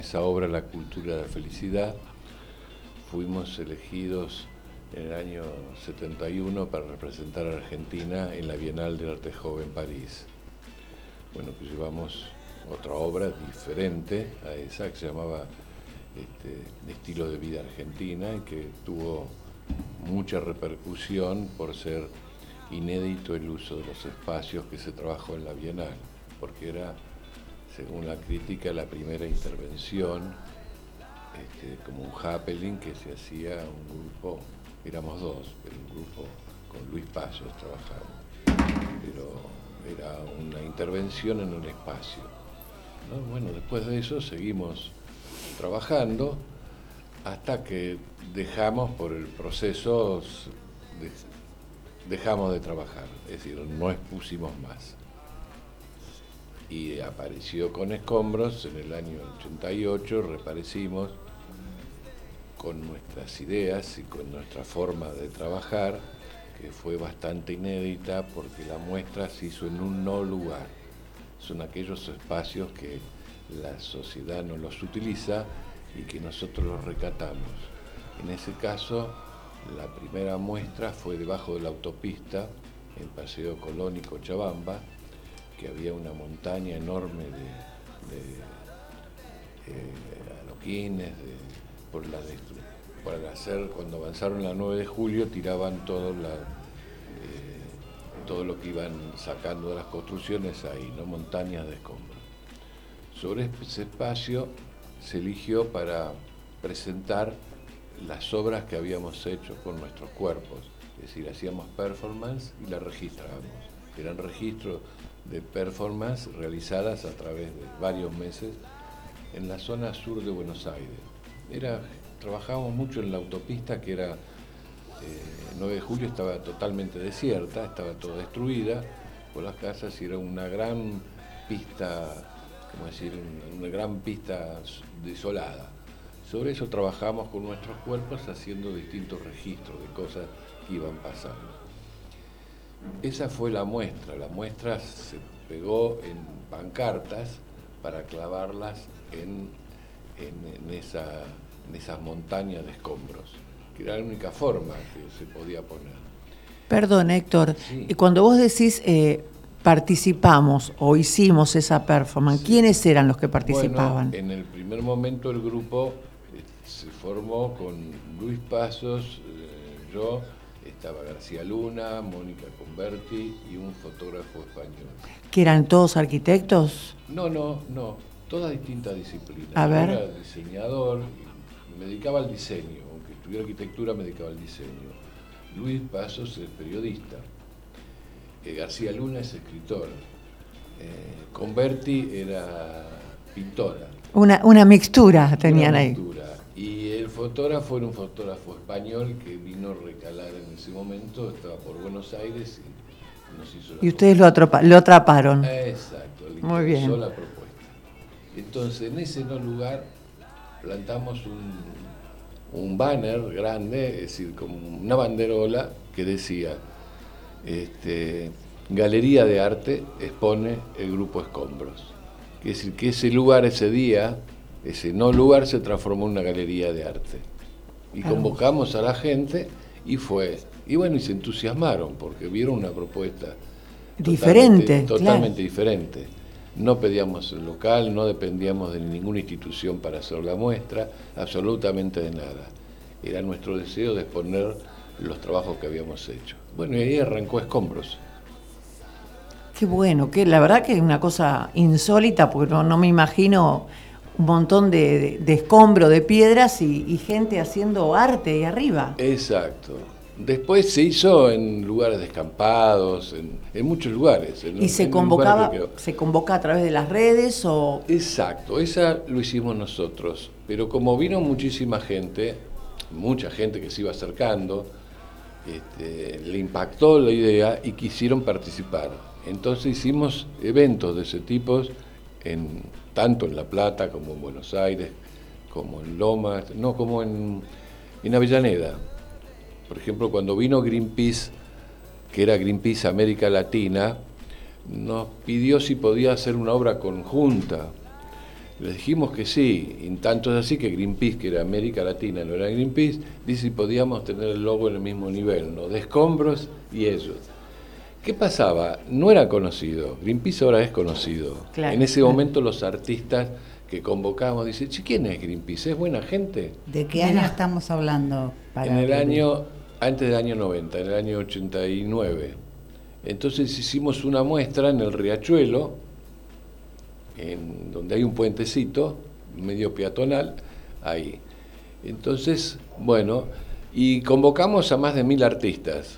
Esa obra, La cultura de la felicidad, fuimos elegidos en el año 71 para representar a Argentina en la Bienal de Arte Joven París. Bueno, pues llevamos otra obra diferente a esa que se llamaba Estilo de Vida Argentina y que tuvo mucha repercusión por ser inédito el uso de los espacios que se trabajó en la Bienal, porque era, según la crítica, la primera intervención como un happening que se hacía un grupo, éramos dos, pero un grupo con Luis Pasos trabajamos, pero era una intervención en un espacio, ¿no? Bueno, después de eso seguimos trabajando hasta que dejamos por el proceso, dejamos de trabajar, es decir, no expusimos más. Y apareció con Escombros en el año 88, reaparecimos con nuestras ideas y con nuestra forma de trabajar, que fue bastante inédita porque la muestra se hizo en un no lugar. Son aquellos espacios que la sociedad no los utiliza y que nosotros los recatamos. En ese caso, la primera muestra fue debajo de la autopista, en Paseo Colón y Cochabamba, que había una montaña enorme de adoquines, para hacer, cuando avanzaron la 9 de julio, tiraban todo lo que iban sacando de las construcciones ahí, ¿no? Montañas de escombros. Sobre ese espacio se eligió para presentar las obras que habíamos hecho con nuestros cuerpos, es decir, hacíamos performance y las registrábamos. Eran registros de performance realizadas a través de varios meses en la zona sur de Buenos Aires. Trabajábamos mucho en la autopista, que era 9 de julio, estaba totalmente desierta, estaba toda destruida por las casas y era una gran pista, una gran pista desolada. Sobre eso trabajamos con nuestros cuerpos haciendo distintos registros de cosas que iban pasando. Esa fue la muestra se pegó en pancartas para clavarlas en esas montañas de escombros, que era la única forma que se podía poner. Perdón, Héctor, Sí. Y cuando vos decís participamos o hicimos esa performance, Sí. ¿Quiénes eran los que participaban? Bueno, en el primer momento el grupo se formó con Luis Pasos, yo, estaba García Luna, Mónica Converti y un fotógrafo español. ¿Que eran todos arquitectos? No, todas distintas disciplinas. A ver. Yo era diseñador, me dedicaba al diseño, aunque estudié arquitectura me dedicaba al diseño. Luis Pasos es periodista, García Luna es escritor, Converti era pintora. Una mixtura tenían ahí. Y el fotógrafo era un fotógrafo español que vino a recalar en ese momento, estaba por Buenos Aires y nos hizo la Y ustedes lo atraparon. Exacto, le Muy interesó bien. la propuesta. Entonces, en ese no lugar plantamos un banner grande, es decir, como una banderola que decía Galería de Arte expone el grupo Escombros. Es decir, que ese lugar, ese día, ese no lugar se transformó en una galería de arte. Y convocamos a la gente y fue. Y bueno, y se entusiasmaron porque vieron una propuesta Diferente, totalmente claro. diferente. No pedíamos el local, no dependíamos de ninguna institución para hacer la muestra, absolutamente de nada. Era nuestro deseo de exponer los trabajos que habíamos hecho. Bueno, y ahí arrancó Escombros. Qué bueno, que la verdad que es una cosa insólita, porque no me imagino un montón de escombro, de piedras y gente haciendo arte ahí arriba. Exacto. Después se hizo en lugares descampados, en muchos lugares. ¿Y se convoca a través de las redes o...? Exacto, esa lo hicimos nosotros. Pero como vino muchísima gente, mucha gente que se iba acercando, le impactó la idea y quisieron participar. Entonces hicimos eventos de ese tipo, tanto en La Plata como en Buenos Aires, como en Lomas, como en Avellaneda. Por ejemplo, cuando vino Greenpeace, que era Greenpeace América Latina, nos pidió si podía hacer una obra conjunta. Le dijimos que sí, y tanto es así que Greenpeace, que era América Latina, no era Greenpeace, dice si podíamos tener el logo en el mismo nivel, ¿no? De escombros y ellos. ¿Qué pasaba? No era conocido, Greenpeace ahora es conocido. Claro, en ese momento los artistas que convocábamos dicen, che, ¿quién es Greenpeace? ¿Es buena gente? ¿De qué año estamos hablando? En el año, antes del año 90, en el año 89. Entonces hicimos una muestra en el Riachuelo, donde hay un puentecito, medio peatonal, ahí. Entonces, bueno, y convocamos a más de 1000 artistas.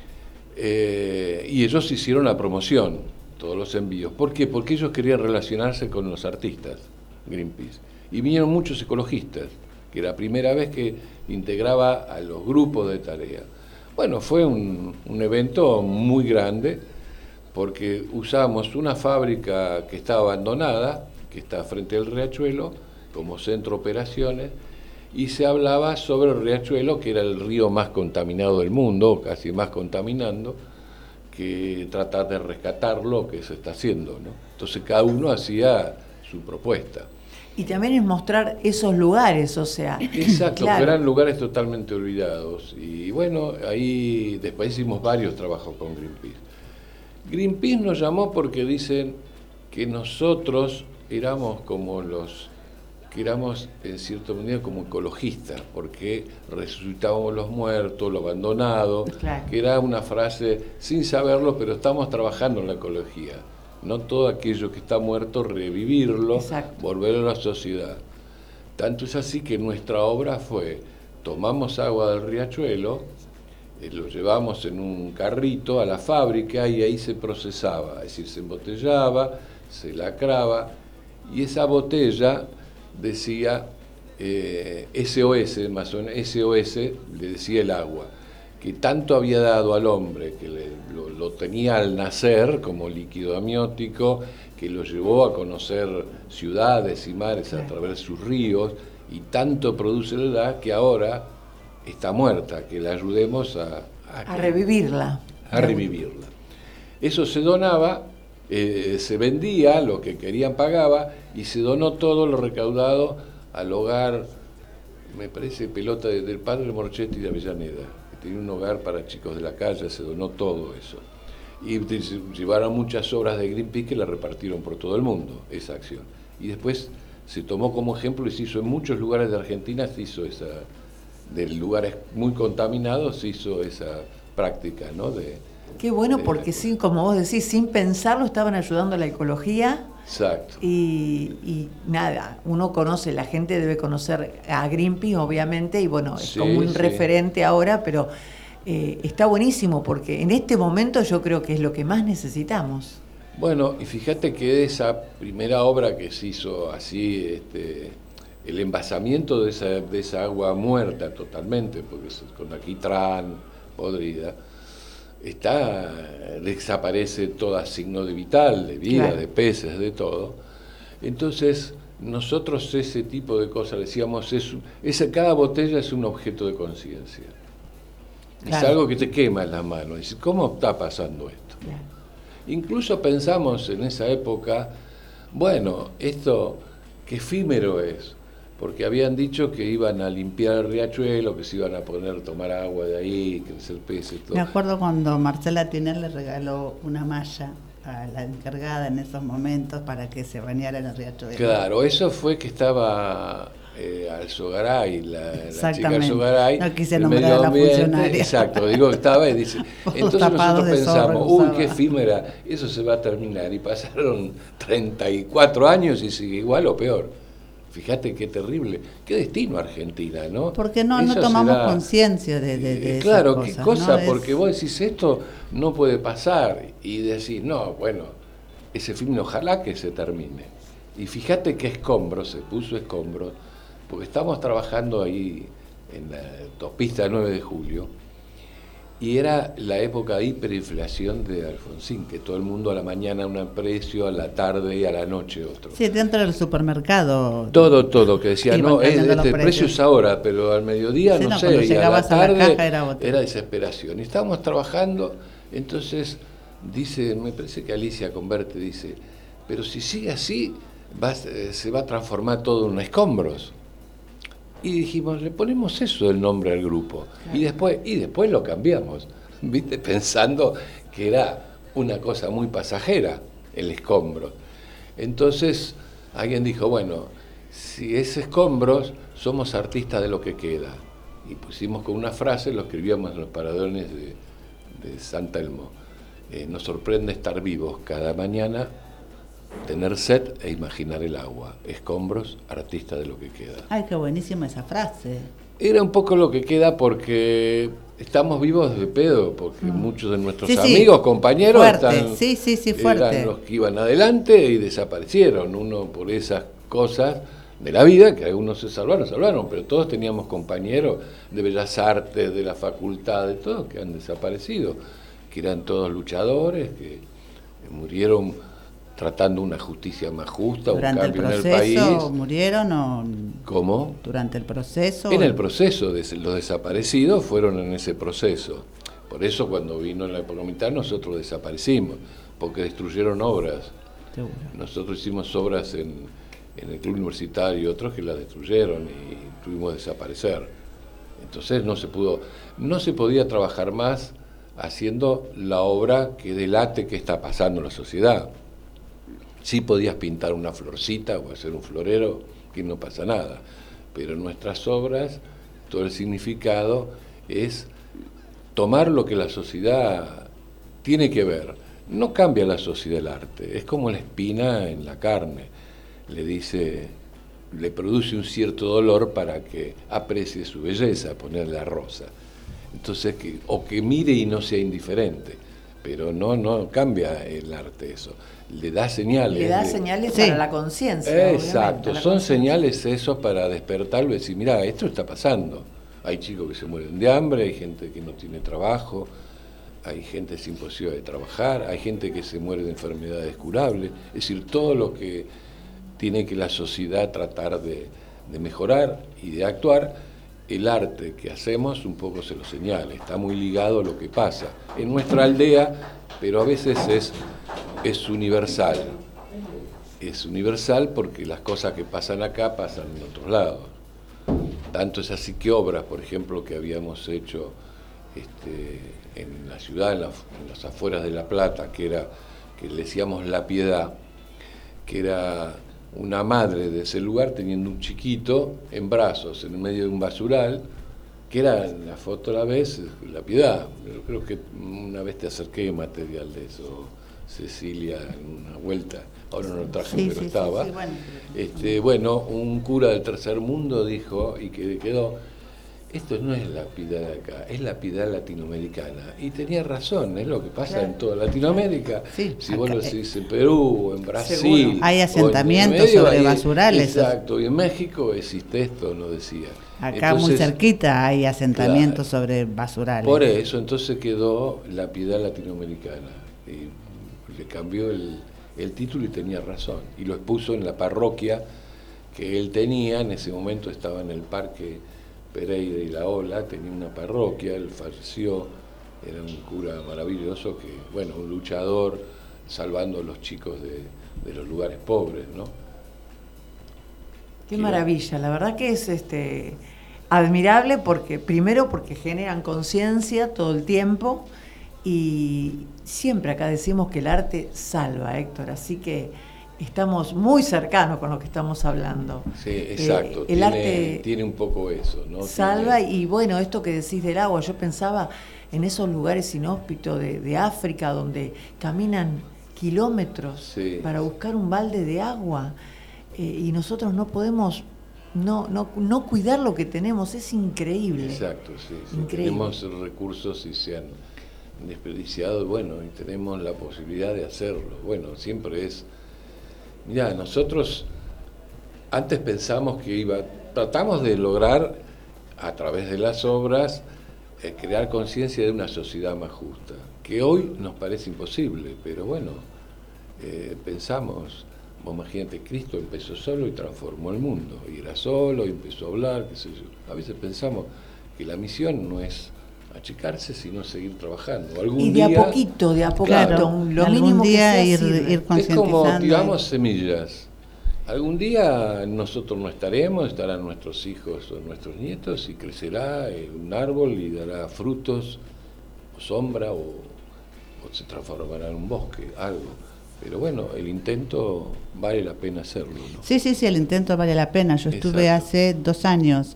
Y ellos hicieron la promoción, todos los envíos. ¿Por qué? Porque ellos querían relacionarse con los artistas, Greenpeace. Y vinieron muchos ecologistas, que era la primera vez que integraba a los grupos de tarea. Bueno, fue un evento muy grande, porque usábamos una fábrica que estaba abandonada, que está frente al Riachuelo, como centro de operaciones, y se hablaba sobre el Riachuelo, que era el río más contaminado del mundo, casi más contaminando, que tratar de rescatarlo, que se está haciendo, ¿no? Entonces cada uno hacía su propuesta. Y también es mostrar esos lugares, o sea... Exacto, claro. Eran lugares totalmente olvidados. Y bueno, ahí después hicimos varios trabajos con Greenpeace. Greenpeace nos llamó porque dicen que nosotros éramos como que éramos en cierta medida como ecologistas, porque resucitábamos los muertos, los abandonados, claro. Que era una frase sin saberlo, pero estamos trabajando en la ecología. No todo aquello que está muerto, revivirlo, exacto. Volverlo a la sociedad. Tanto es así que nuestra obra fue, tomamos agua del Riachuelo, lo llevamos en un carrito a la fábrica y ahí se procesaba, es decir, se embotellaba, se lacraba, y esa botella decía SOS, más o menos, SOS le decía el agua, que tanto había dado al hombre, que lo tenía al nacer como líquido amniótico, que lo llevó a conocer ciudades y mares a través de sus ríos, y tanto produce la edad que ahora está muerta, que la ayudemos a revivirla. A revivirla. Eso se donaba, se vendía, lo que querían pagaba, y se donó todo lo recaudado al hogar, me parece, Pelota del padre Morchetti de Avellaneda, que tenía un hogar para chicos de la calle, se donó todo eso. Y llevaron muchas obras de Greenpeace que la repartieron por todo el mundo, esa acción. Y después se tomó como ejemplo y se hizo en muchos lugares de Argentina, se hizo esa, de lugares muy contaminados, se hizo esa práctica, ¿no? Qué bueno, porque sí, como vos decís, sin pensarlo estaban ayudando a la ecología. Exacto. Y nada, uno conoce, la gente debe conocer a Greenpeace, obviamente, y bueno, es Sí, como un sí. referente ahora, pero está buenísimo, porque en este momento yo creo que es lo que más necesitamos. Bueno, y fíjate que esa primera obra que se hizo así, el envasamiento de esa agua muerta totalmente, porque con alquitrán, podrida, desaparece todo signo de vital, de vida, claro. De peces, de todo. Entonces, nosotros ese tipo de cosas decíamos, cada botella es un objeto de conciencia. Claro. Es algo que te quema en las manos. Es, ¿cómo está pasando esto? Claro. Incluso pensamos en esa época, bueno, esto qué efímero es, porque habían dicho que iban a limpiar el riachuelo, que se iban a poner a tomar agua de ahí, crecer peces, todo. Me acuerdo cuando Marcela Tiner le regaló una malla a la encargada en esos momentos para que se bañara en el riachuelo. Claro, eso fue que estaba Alzogaray, la chica Alzogaray. No quise nombrar a la funcionaria. Exacto, digo que estaba y dice. Entonces nosotros pensamos, qué efímera, eso se va a terminar. Y pasaron 34 años y sigue igual o peor. Fíjate qué terrible, qué destino Argentina, ¿no? Porque no tomamos conciencia de claro, esas qué cosas, cosa, ¿no? porque vos decís esto no puede pasar y decís, no, bueno, ese film ojalá que se termine. Y fíjate qué escombro, se puso escombro, porque estamos trabajando ahí en la autopista 9 de julio, y era la época de hiperinflación de Alfonsín, que todo el mundo a la mañana un precio, a la tarde y a la noche otro. Sí, dentro del supermercado. Todo, que decía, no, el precio es ahora, pero al mediodía sí, no sé, y a la tarde a la caja era desesperación. Y estábamos trabajando, entonces dice, me parece que Alicia Converte dice, pero si sigue así, se va a transformar todo en escombros. Y dijimos, le ponemos eso el nombre al grupo. Claro. Y después lo cambiamos, ¿viste? Pensando que era una cosa muy pasajera, el escombro. Entonces alguien dijo, bueno, si es escombros, somos artistas de lo que queda. Y pusimos con una frase, lo escribíamos en los paradones de San Telmo. Nos sorprende estar vivos cada mañana, tener sed e imaginar el agua. Escombros, artista de lo que queda. Ay, qué buenísima esa frase. Era un poco lo que queda porque estamos vivos de pedo, porque muchos de nuestros amigos, compañeros, eran los que iban adelante y desaparecieron. Uno por esas cosas de la vida, que algunos se salvaron, pero todos teníamos compañeros de Bellas Artes, de la facultad, de todos que han desaparecido, que eran todos luchadores, que murieron tratando una justicia más justa, un cambio en el país. ¿Durante el proceso murieron o...? ¿Cómo? ¿Durante el proceso? En el proceso, los desaparecidos fueron en ese proceso. Por eso cuando vino la época militar nosotros desaparecimos, porque destruyeron obras. Seguro. Nosotros hicimos obras en el club universitario y otros que las destruyeron y tuvimos que desaparecer. Entonces no se podía trabajar más haciendo la obra que delate qué está pasando en la sociedad. Sí podías pintar una florcita o hacer un florero, que no pasa nada, pero en nuestras obras todo el significado es tomar lo que la sociedad tiene que ver. No cambia la sociedad el arte, es como la espina en la carne, le produce un cierto dolor para que aprecie su belleza, ponerle la rosa. Entonces, que mire y no sea indiferente, pero no cambia el arte eso. Le da señales. Le da señales para la conciencia. Exacto, son señales eso para despertarlo y decir, mira, esto está pasando. Hay chicos que se mueren de hambre, hay gente que no tiene trabajo, hay gente sin posibilidad de trabajar, hay gente que se muere de enfermedades curables. Es decir, todo lo que tiene que la sociedad tratar de mejorar y de actuar, el arte que hacemos un poco se lo señala, está muy ligado a lo que pasa en nuestra aldea, pero a veces es universal. Es universal porque las cosas que pasan acá pasan en otros lados. Tanto es así que obras, por ejemplo, que habíamos hecho en la ciudad, en las afueras de La Plata, que le decíamos La Piedad, que era una madre de ese lugar teniendo un chiquito en brazos, en medio de un basural, que era en la foto a la vez La Piedad. Pero creo que una vez te acerqué material de eso, Cecilia, en una vuelta, ahora no lo traje, pero estaba. Bueno, un cura del tercer mundo dijo, y que quedó, esto no es la Piedad de acá, es la Piedad latinoamericana. Y tenía razón, es lo que pasa en toda Latinoamérica. Sí, si vos lo decís en Perú, o en Brasil. Seguro. Hay asentamientos sobre basurales. Exacto, y en México existe esto, nos decía. Acá entonces, muy cerquita hay asentamientos sobre basurales. Por eso, entonces quedó la Piedad latinoamericana. Y le cambió el título y tenía razón. Y lo expuso en la parroquia que él tenía, en ese momento estaba en el Parque Pereira y La Ola, tenía una parroquia, él falleció, era un cura maravilloso, un luchador, salvando a los chicos de los lugares pobres, ¿no? Qué maravilla, la verdad que es admirable primero porque generan conciencia todo el tiempo y siempre acá decimos que el arte salva, Héctor, así que estamos muy cercanos con lo que estamos hablando. Sí, exacto, el arte tiene un poco eso, ¿no? Salva y bueno, esto que decís del agua, yo pensaba en esos lugares inhóspitos de África donde caminan kilómetros para buscar un balde de agua. Y nosotros no podemos no cuidar lo que tenemos, es increíble. Exacto, sí. Increíble. Tenemos recursos y se han desperdiciado, y tenemos la posibilidad de hacerlo. Siempre mirá, nosotros antes pensamos tratamos de lograr a través de las obras crear conciencia de una sociedad más justa, que hoy nos parece imposible, pero pensamos. Imagínate, Cristo empezó solo y transformó el mundo, y era solo y empezó a hablar, qué sé yo. A veces pensamos que la misión no es achicarse, sino seguir trabajando. Y de a poquito, claro, lo mínimo día que sea ir concientizando. Es como tiramos semillas, Algún día nosotros no estaremos, estarán nuestros hijos o nuestros nietos y crecerá un árbol y dará frutos, o sombra, o se transformará en un bosque, algo. Pero bueno, el intento vale la pena hacerlo, ¿no? Sí, el intento vale la pena. Yo estuve Exacto. hace 2 años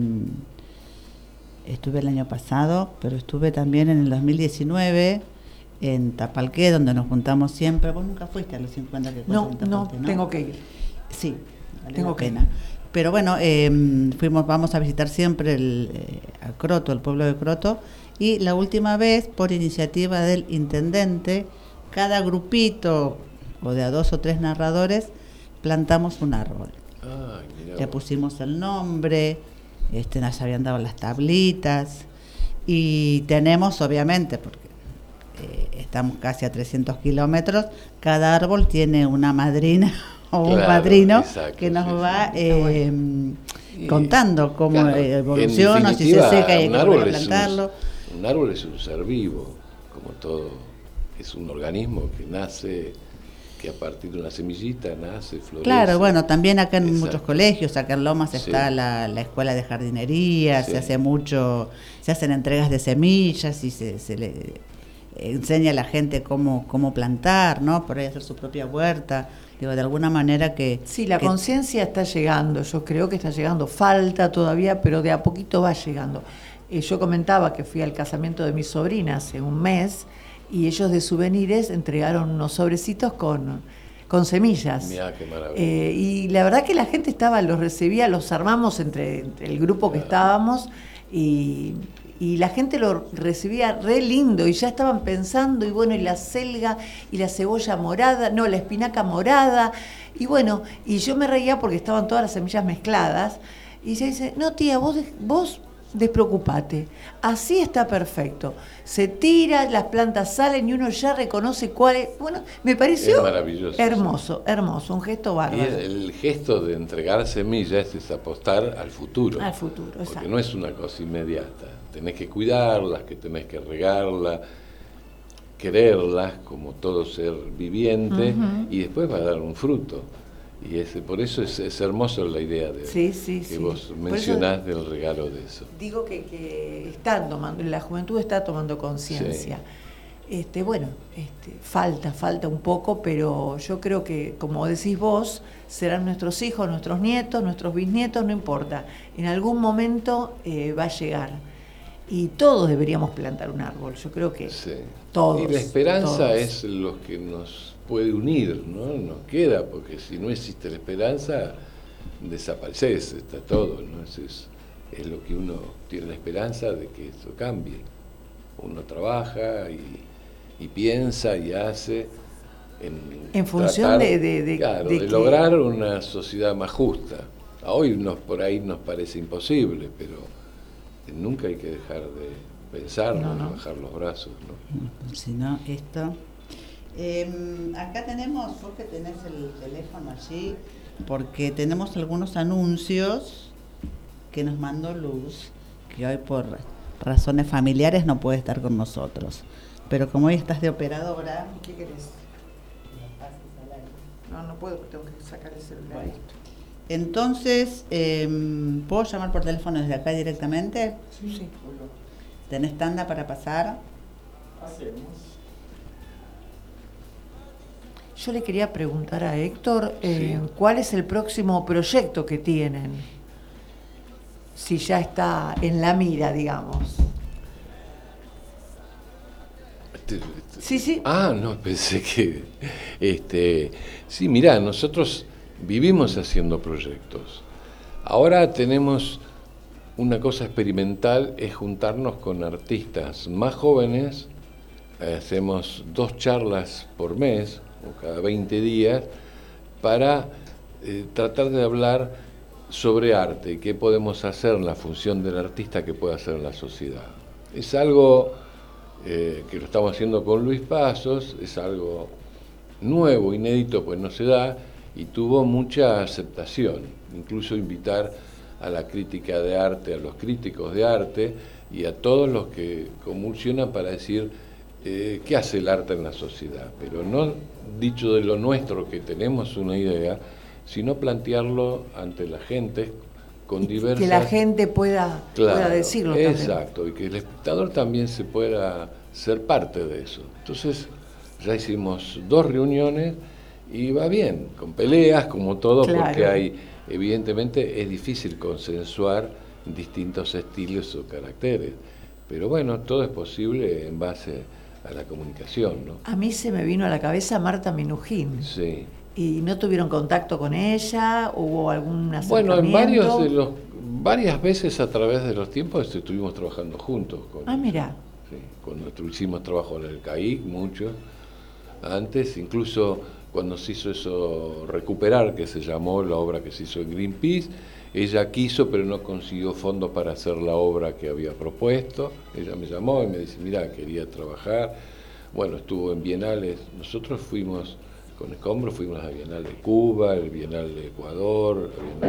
estuve el año pasado, pero estuve también en el 2019 en Tapalqué, donde nos juntamos siempre. Vos nunca fuiste a los 50 que No, cuesta en Tapalqué, ¿no? tengo que ir. Sí, vale Tengo la que pena. Pero bueno, vamos a visitar siempre a Croto, el pueblo de Croto, y la última vez, por iniciativa del intendente, cada grupito o de a 2 o 3 narradores plantamos un árbol. Ay, mirá Le vos. pusimos el nombre, nos habían dado las tablitas y tenemos, obviamente, porque estamos casi a 300 kilómetros, cada árbol tiene una madrina o un Claro, padrino exacto, que nos sí, va Y, contando cómo claro, evoluciona, en si se definitiva, seca y hay un que árbol volver a es plantarlo. un árbol es un ser vivo, como todo, es un organismo que nace, que a partir de una semillita nace, florece. Claro, bueno, también acá en Exacto. muchos colegios, acá en Lomas Sí. está la escuela de jardinería, Sí. se hacen entregas de semillas y se le enseña a la gente cómo plantar, ¿no? Por ahí hacer su propia huerta. Digo, de alguna manera que... Sí, la que- conciencia está llegando, yo creo que está llegando, falta todavía, pero de a poquito va llegando. Yo comentaba que fui al casamiento de mi sobrina hace un mes y ellos de souvenirs entregaron unos sobrecitos con semillas. Mirá qué maravilla. Y la verdad que la gente los recibía, los armamos entre el grupo que estábamos y la gente lo recibía re lindo y ya estaban pensando, y bueno, y la selga y la cebolla morada, no, la espinaca morada, y bueno, y yo me reía porque estaban todas las semillas mezcladas, y ella dice, no tía, vos despreocupate, así está perfecto, se tira, las plantas salen y uno ya reconoce cuál es. Bueno, me pareció Es maravilloso, hermoso, un gesto Y bárbaro. el gesto de entregar semillas es apostar al futuro. Al futuro, Porque exacto. no es una cosa inmediata. Tenés que cuidarlas, que tenés que regarlas, quererlas como todo ser viviente, Ujú. y después va a dar un fruto. Y por eso es hermoso la idea de Sí, que sí. vos Por mencionás del regalo de eso. Digo que están tomando, la juventud está tomando conciencia. Falta un poco, pero yo creo que, como decís vos, serán nuestros hijos, nuestros nietos, nuestros bisnietos, no importa. En algún momento va a llegar. Y todos deberíamos plantar un árbol, yo creo que Sí. todos. Y la esperanza todos. es lo que nos puede unir, ¿no? Nos queda, porque si no existe la esperanza, desapareces, está todo, ¿no? Es lo que uno tiene la esperanza de que eso cambie. Uno trabaja y piensa y hace En función de que- lograr una sociedad más justa. A hoy por ahí nos parece imposible, pero nunca hay que dejar de pensar, No. ni bajar los brazos, ¿no? Si no, esto... acá tenemos, vos que tenés el teléfono allí, porque tenemos algunos anuncios que nos mandó Luz, que hoy por razones familiares no puede estar con nosotros. Pero como hoy estás de operadora... ¿Qué querés? No puedo, tengo que sacar el celular. Bueno. Entonces, ¿puedo llamar por teléfono desde acá directamente? Sí. ¿Tenés tanda para pasar? Yo le quería preguntar a Héctor, Sí. ¿cuál es el próximo proyecto que tienen? Si ya está en la mira, digamos. Sí. Ah, no, pensé que... sí, mirá, nosotros vivimos haciendo proyectos. Ahora tenemos una cosa experimental, es juntarnos con artistas más jóvenes. Hacemos 2 charlas por mes, o cada 20 días, para tratar de hablar sobre arte y qué podemos hacer en la función del artista que puede hacer en la sociedad. Es algo que lo estamos haciendo con Luis Pasos, es algo nuevo, inédito, pues no se da, y tuvo mucha aceptación. Incluso invitar a la crítica de arte, a los críticos de arte y a todos los que convulsionan para decir qué hace el arte en la sociedad. Pero no dicho de lo nuestro, que tenemos una idea, sino plantearlo ante la gente con diversas... Que la gente pueda decirlo también. Exacto, y que el espectador también se pueda ser parte de eso. Entonces, ya hicimos 2 reuniones y va bien, con peleas, como todo, claro. Porque evidentemente es difícil consensuar distintos estilos o caracteres, pero bueno, todo es posible en base a la comunicación, ¿no? A mí se me vino a la cabeza Marta Minujín. Sí. ¿Y no tuvieron contacto con ella? ¿Hubo algún acercamiento? Bueno, varias veces a través de los tiempos estuvimos trabajando juntos. Mira. Sí, cuando hicimos trabajo en el CAIC, mucho. Antes, incluso cuando se hizo eso Recuperar, que se llamó la obra que se hizo en Greenpeace, ella quiso, pero no consiguió fondos para hacer la obra que había propuesto. Ella me llamó y me dice, mira, quería trabajar. Bueno, estuvo en bienales. Nosotros fuimos... Con Escombro fuimos a la Bienal de Cuba, el Bienal de Ecuador,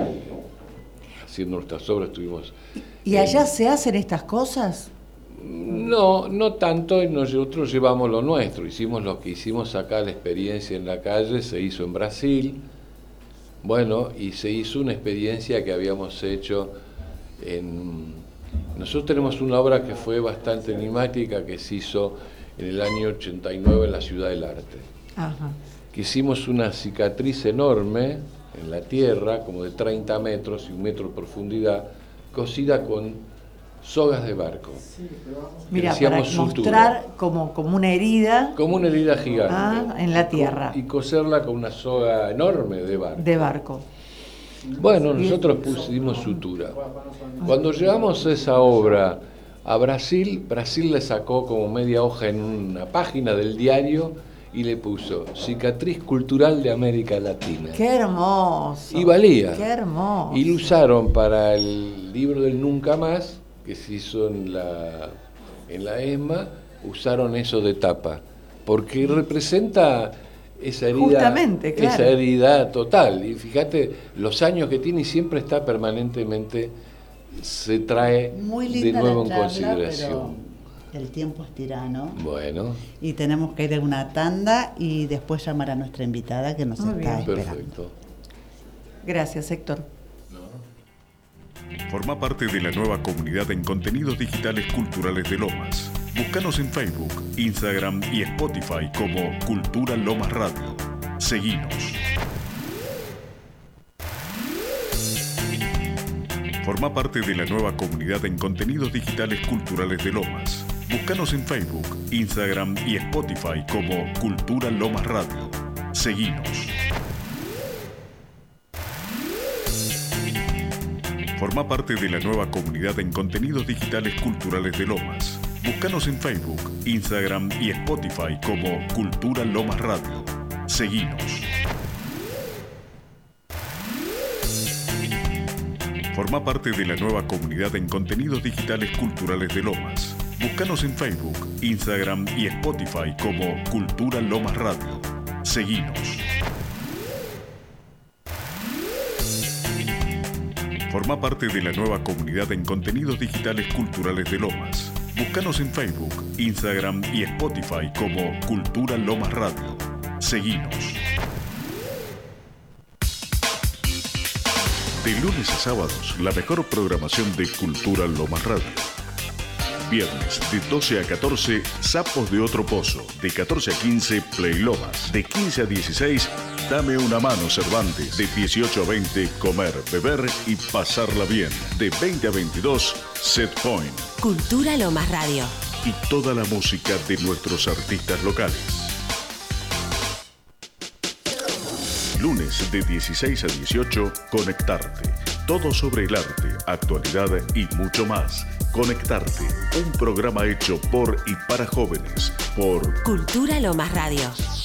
haciendo nuestras obras estuvimos... ¿Y allá se hacen estas cosas? No tanto, y nosotros llevamos lo nuestro, hicimos lo que hicimos acá, la experiencia en la calle, se hizo en Brasil, bueno, y se hizo una experiencia que habíamos hecho en... Nosotros tenemos una obra que fue bastante enigmática, que se hizo en el año 89 en la Ciudad del Arte. Ajá. Que hicimos una cicatriz enorme en la tierra, como de 30 metros y 1 metro de profundidad, cosida con sogas de barco. Mira, para mostrar como una herida. Como una herida gigante. En la tierra. Y coserla con una soga enorme de barco. De barco. Bueno, nosotros pusimos sutura. Cuando llevamos esa obra a Brasil le sacó como media hoja en una página del diario y le puso Cicatriz Cultural de América Latina. ¡Qué hermoso! Y valía. ¡Qué hermoso! Y lo usaron para el libro del Nunca Más, que se hizo en la ESMA, usaron eso de tapa, porque representa esa herida, justamente, claro. Esa herida total. Y fíjate los años que tiene y siempre está permanentemente, se trae de nuevo en consideración. El tiempo es tirano. Bueno. Y tenemos que ir a una tanda y después llamar a nuestra invitada que nos está esperando. Perfecto. Gracias, Héctor. Forma parte de la nueva comunidad en contenidos digitales culturales de Lomas. Búscanos en Facebook, Instagram y Spotify como Cultura Lomas Radio. Seguinos. Forma parte de la nueva comunidad en contenidos digitales culturales de Lomas. Búscanos en Facebook, Instagram y Spotify como Cultura Lomas Radio. Seguinos. Forma parte de la nueva comunidad en contenidos digitales culturales de Lomas. Búscanos en Facebook, Instagram y Spotify como Cultura Lomas Radio. Seguinos. Forma parte de la nueva comunidad en contenidos digitales culturales de Lomas. Búscanos en Facebook, Instagram y Spotify como Cultura Lomas Radio. Seguinos. Forma parte de la nueva comunidad en contenidos digitales culturales de Lomas. Búscanos en Facebook, Instagram y Spotify como Cultura Lomas Radio. Seguinos. De lunes a sábados, la mejor programación de Cultura Lomas Radio. Viernes, de 12 a 14, Sapos de Otro Pozo. De 14 a 15, Play Lomas. De 15 a 16, Dame una mano, Cervantes. De 18 a 20, Comer, Beber y Pasarla Bien. De 20 a 22, Set Point. Cultura Lomas Radio. Y toda la música de nuestros artistas locales. Lunes de 16 a 18, Conectarte. Todo sobre el arte, actualidad y mucho más. Conectarte, un programa hecho por y para jóvenes, por Cultura Lomas Radio.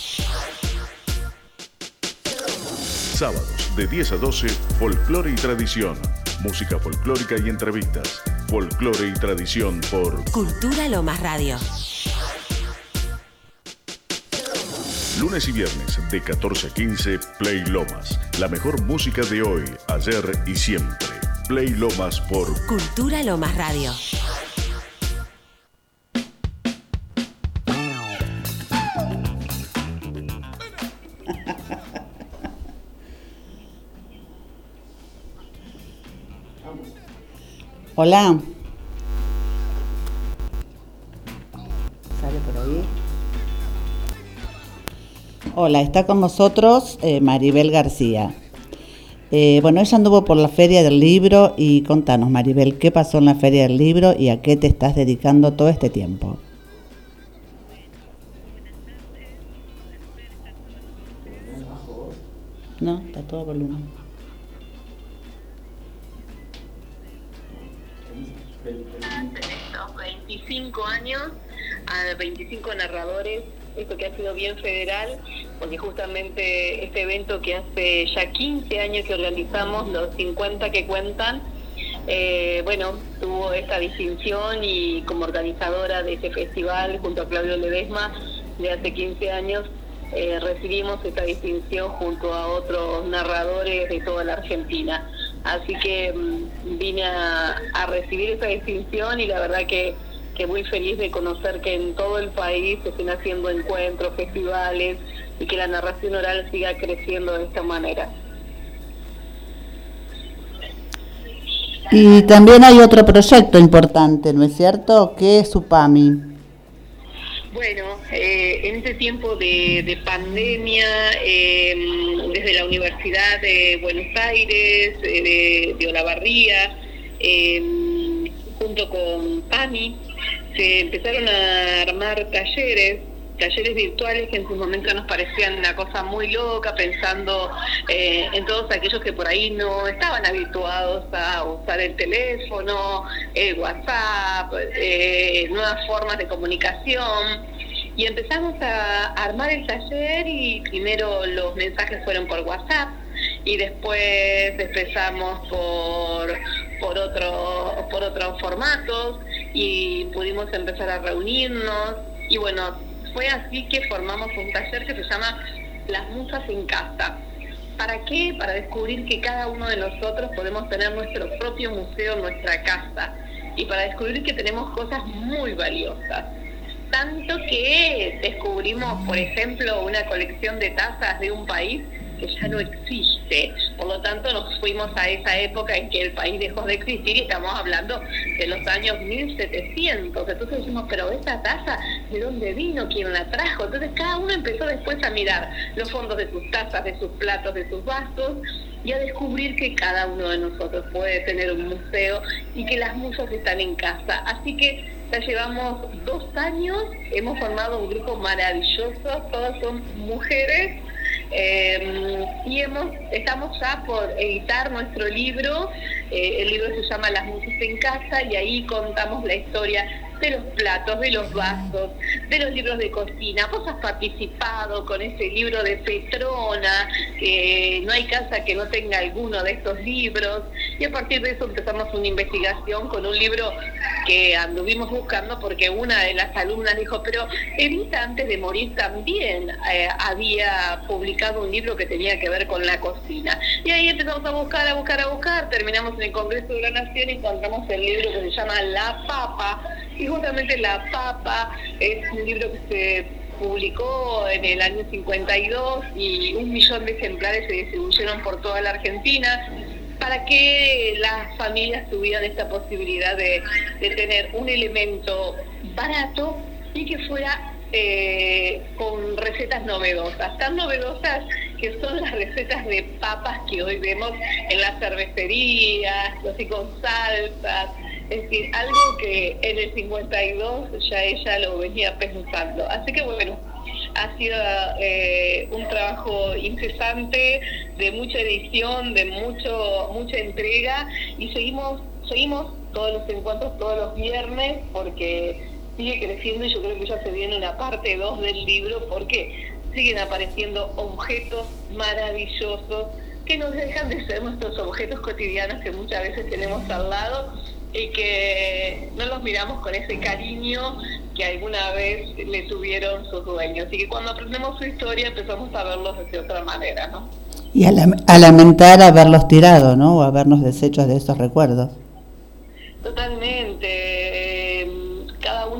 Sábados de 10 a 12, Folclore y Tradición. Música folclórica y entrevistas. Folclore y Tradición por Cultura Lomas Radio. Lunes y viernes de 14 a 15, Play Lomas. La mejor música de hoy, ayer y siempre. Play Lomas por Cultura Lomas Radio. Hola. ¿Sale por ahí? Hola, está con nosotros Maribel García. Bueno, ella anduvo por la Feria del Libro y contanos, Maribel, ¿qué pasó en la Feria del Libro y a qué te estás dedicando todo este tiempo? No, está todo volumen. Estos 25 años, a 25 narradores, esto que ha sido bien federal, porque justamente este evento que hace ya 15 años que organizamos, los 50 que cuentan, bueno, tuvo esta distinción y como organizadora de este festival, junto a Claudio Ledesma, de hace 15 años, recibimos esta distinción junto a otros narradores de toda la Argentina. Así que vine a recibir esa distinción y la verdad que muy feliz de conocer que en todo el país se estén haciendo encuentros, festivales y que la narración oral siga creciendo de esta manera. Y también hay otro proyecto importante, ¿no es cierto? ¿Qué es UPAMI? Bueno, en este tiempo de pandemia, desde la Universidad de Buenos Aires, de Olavarría, junto con PAMI, se empezaron a armar talleres virtuales que en su momento nos parecían una cosa muy loca, pensando en todos aquellos que por ahí no estaban habituados a usar el teléfono, el WhatsApp, nuevas formas de comunicación. Y empezamos a armar el taller y primero los mensajes fueron por WhatsApp y después empezamos por otros formatos y pudimos empezar a reunirnos y bueno, fue así que formamos un taller que se llama Las Musas en Casa. ¿Para qué? Para descubrir que cada uno de nosotros podemos tener nuestro propio museo en nuestra casa y para descubrir que tenemos cosas muy valiosas. Tanto que descubrimos, por ejemplo, una colección de tazas de un país que ya no existe. Por lo tanto, nos fuimos a esa época en que el país dejó de existir y estamos hablando de los años 1700. Entonces decimos, pero esa taza, ¿de dónde vino? ¿Quién la trajo? Entonces cada uno empezó después a mirar los fondos de sus tazas, de sus platos, de sus vasos y a descubrir que cada uno de nosotros puede tener un museo y que las musas están en casa. Así que ya llevamos 2 años, hemos formado un grupo maravilloso, todas son mujeres, y estamos ya por editar nuestro libro. El libro se llama Las Musas en Casa y ahí contamos la historia de los platos, de los vasos, de los libros de cocina. Vos has participado con ese libro de Petrona, no hay casa que no tenga alguno de estos libros, y a partir de eso empezamos una investigación con un libro que anduvimos buscando porque una de las alumnas dijo, pero Evita antes de morir también había publicado un libro que tenía que ver con la cocina, y ahí empezamos a buscar, terminamos en el Congreso de la Nación y encontramos el libro que se llama La Papa, y justamente La Papa es un libro que se publicó en el año 52 y 1 millón de ejemplares se distribuyeron por toda la Argentina para que las familias tuvieran esta posibilidad de tener un elemento barato y que fuera con recetas novedosas, tan novedosas que son las recetas de papas que hoy vemos en las cervecerías, así con salsas. Es decir, algo que en el 52 ya ella lo venía pensando. Así que bueno, ha sido un trabajo incesante, de mucha edición, de mucha entrega, y seguimos todos los encuentros todos los viernes porque sigue creciendo y yo creo que ya se viene una parte 2 del libro porque siguen apareciendo objetos maravillosos que no dejan de ser nuestros objetos cotidianos que muchas veces tenemos al lado y que no los miramos con ese cariño que alguna vez le tuvieron sus dueños. Y que cuando aprendemos su historia empezamos a verlos de otra manera, ¿no? Y a lamentar haberlos tirado, ¿no? O habernos deshechos de esos recuerdos. Totalmente. Cada uno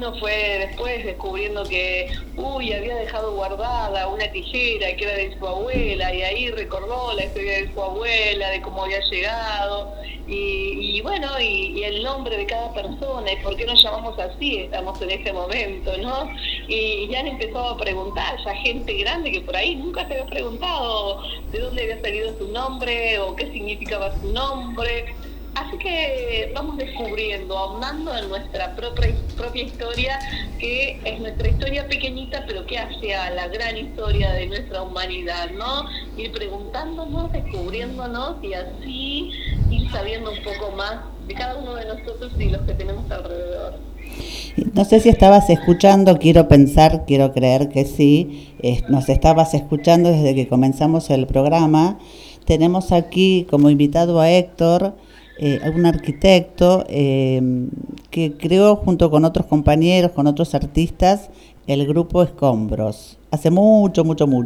uno fue después descubriendo que, había dejado guardada una tijera que era de su abuela, y ahí recordó la historia de su abuela, de cómo había llegado, y el nombre de cada persona, y por qué nos llamamos así, estamos en este momento, ¿no? Y ya han empezado a preguntar, ya gente grande que por ahí nunca se había preguntado de dónde había salido su nombre o qué significaba su nombre. Así que vamos descubriendo, ahondando en nuestra propia historia, que es nuestra historia pequeñita, pero que hace a la gran historia de nuestra humanidad, ¿no? Ir preguntándonos, descubriéndonos y así ir sabiendo un poco más de cada uno de nosotros y los que tenemos alrededor. No sé si estabas escuchando, quiero creer que sí, nos estabas escuchando desde que comenzamos el programa. Tenemos aquí como invitado a Héctor, un arquitecto que creó junto con otros compañeros, con otros artistas, el grupo Escombros, hace mucho.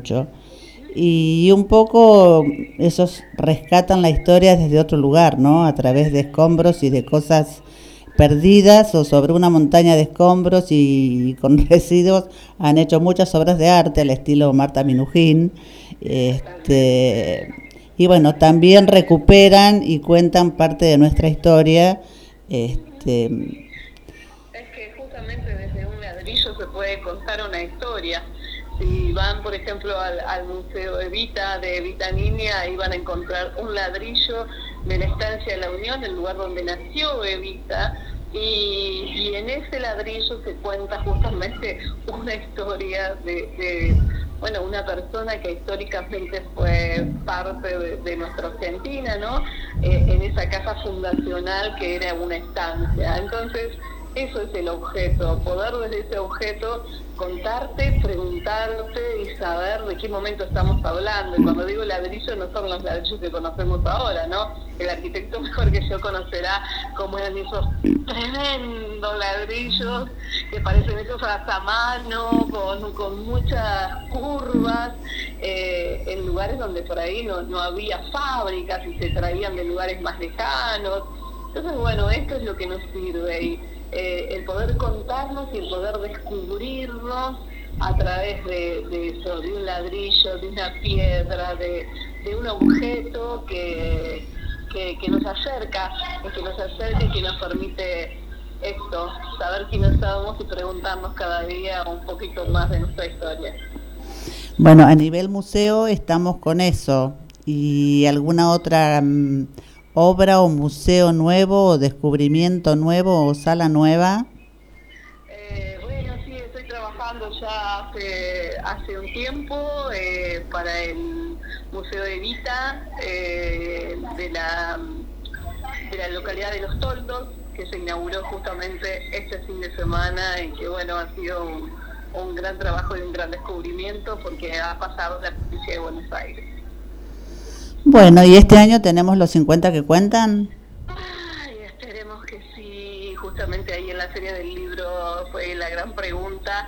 Y un poco esos rescatan la historia desde otro lugar, ¿no? A través de escombros y de cosas perdidas o sobre una montaña de escombros y con residuos han hecho muchas obras de arte al estilo Marta Minujín. Y bueno, también recuperan y cuentan parte de nuestra historia. Es que justamente desde un ladrillo se puede contar una historia. Si van, por ejemplo, al Museo Evita de Evita Niña, ahí van a encontrar un ladrillo de la Estancia de la Unión, el lugar donde nació Evita, y en ese ladrillo se cuenta justamente una historia de una persona que históricamente fue parte de nuestra Argentina, ¿no? En esa casa fundacional que era una estancia. Entonces, eso es el objeto, poder desde ese objeto contarte, preguntarte y saber de qué momento estamos hablando. Y cuando digo ladrillo, no son los ladrillos que conocemos ahora, ¿no? El arquitecto mejor que yo conocerá cómo eran esos tremendos ladrillos que parecen hechos a mano, con muchas curvas, en lugares donde por ahí no había fábricas y se traían de lugares más lejanos. Entonces, bueno, esto es lo que nos sirve, y el poder contarnos y el poder descubrirnos a través de eso, de un ladrillo, de una piedra, de un objeto que nos acerca, y que nos permite esto, saber quiénes somos y preguntarnos cada día un poquito más de nuestra historia. Bueno, a nivel museo estamos con eso. ¿Y alguna otra obra o museo nuevo o descubrimiento nuevo o sala nueva? Sí, estoy trabajando ya hace un tiempo para el Museo Evita de la localidad de Los Toldos, que se inauguró justamente este fin de semana, y que ha sido un gran trabajo y un gran descubrimiento porque ha pasado la provincia de Buenos Aires. Bueno, ¿y este año tenemos los 50 que cuentan? Ay, esperemos que sí. Justamente ahí en la Feria del Libro fue la gran pregunta.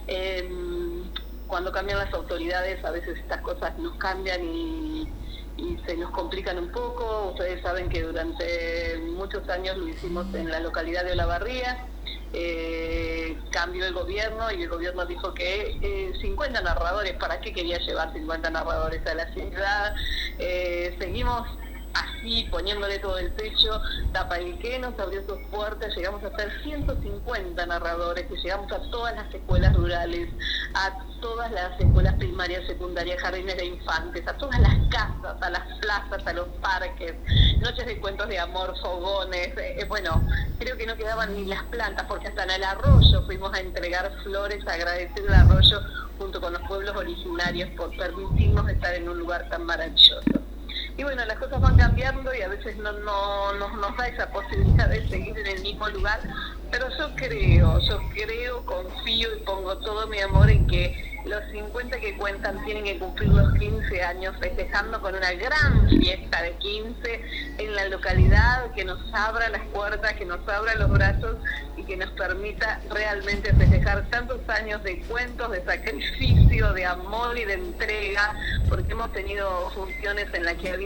Cuando cambian las autoridades, a veces estas cosas nos cambian y se nos complican un poco. Ustedes saben que durante muchos años lo hicimos en la localidad de Olavarría. Cambió el gobierno y el gobierno dijo que 50 narradores, ¿para qué quería llevar 50 narradores a la ciudad? Seguimos así, poniéndole todo el pecho. Tapalqué nos abrió sus puertas, llegamos a ser 150 narradores, que llegamos a todas las escuelas rurales, a todas las escuelas primarias, secundarias, jardines de infantes, a todas las casas, a las plazas, a los parques, noches de cuentos de amor, fogones, creo que no quedaban ni las plantas, porque hasta en el arroyo fuimos a entregar flores, a agradecer el arroyo junto con los pueblos originarios por permitirnos estar en un lugar tan maravilloso. Y las cosas van cambiando y a veces no nos da esa posibilidad de seguir en el mismo lugar, pero yo creo, confío y pongo todo mi amor en que los 50 que cuentan tienen que cumplir los 15 años festejando con una gran fiesta de 15 en la localidad, que nos abra las puertas, que nos abra los brazos y que nos permita realmente festejar tantos años de cuentos, de sacrificio, de amor y de entrega, porque hemos tenido funciones en las que ha habido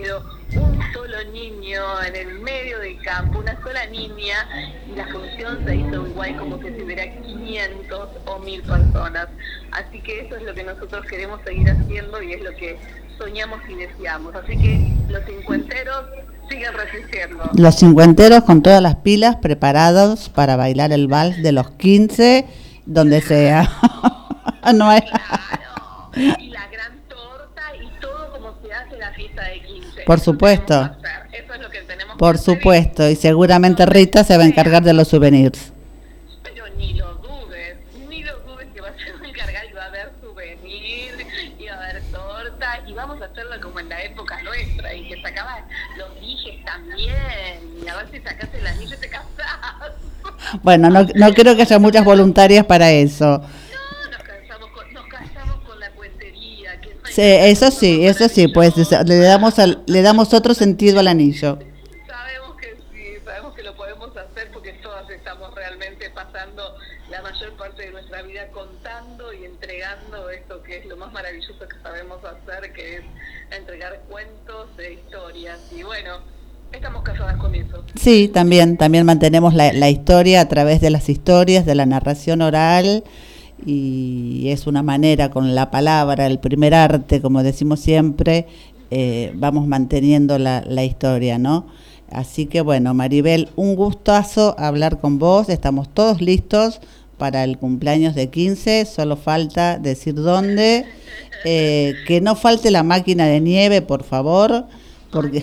un solo niño en el medio del campo, una sola niña, y la función se hizo igual como si hubiera 500 o 1000 personas. Así que eso es lo que nosotros queremos seguir haciendo y es lo que soñamos y deseamos. Así que los cincuenteros siguen resistiendo. Los cincuenteros con todas las pilas preparados para bailar el vals de los 15, donde sea. No hay... Claro, y la gran torta y todo como se hace la fiesta de 15. Por supuesto. Eso es lo que tenemos Por que hacer. supuesto, y seguramente Rita se va a encargar de los souvenirs. Pero ni lo dudes que va a ser encargar y va a haber souvenir, y va a haber torta, y vamos a hacerlo como en la época nuestra, y que sacabas los dijes también, y a ver si sacas el anillo y te casás. Bueno, no creo que haya muchas voluntarias para eso. No, nos casamos con la cuentería. Que Sí, eso sí, pues le damos otro sentido al anillo. Sabemos que sí, sabemos que lo podemos hacer porque todas estamos realmente pasando la mayor parte de nuestra vida contando y entregando esto que es lo más maravilloso que sabemos hacer, que es entregar cuentos e historias. Y bueno, estamos casadas con eso. Sí, también mantenemos la historia a través de las historias, de la narración oral, y es una manera con la palabra, el primer arte, como decimos siempre, vamos manteniendo la historia, ¿no? Así que bueno, Maribel, un gustazo hablar con vos, estamos todos listos para el cumpleaños de 15, solo falta decir dónde, que no falte la máquina de nieve, por favor, porque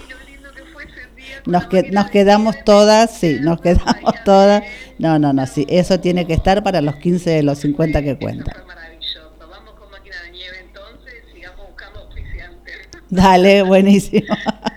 nos quedamos todas, sí, nos quedamos todas, no, sí, eso tiene que estar para los 15 de los 50 que cuentan. Vamos con máquina de nieve entonces, sigamos buscando auspiciantes. Dale, buenísimo.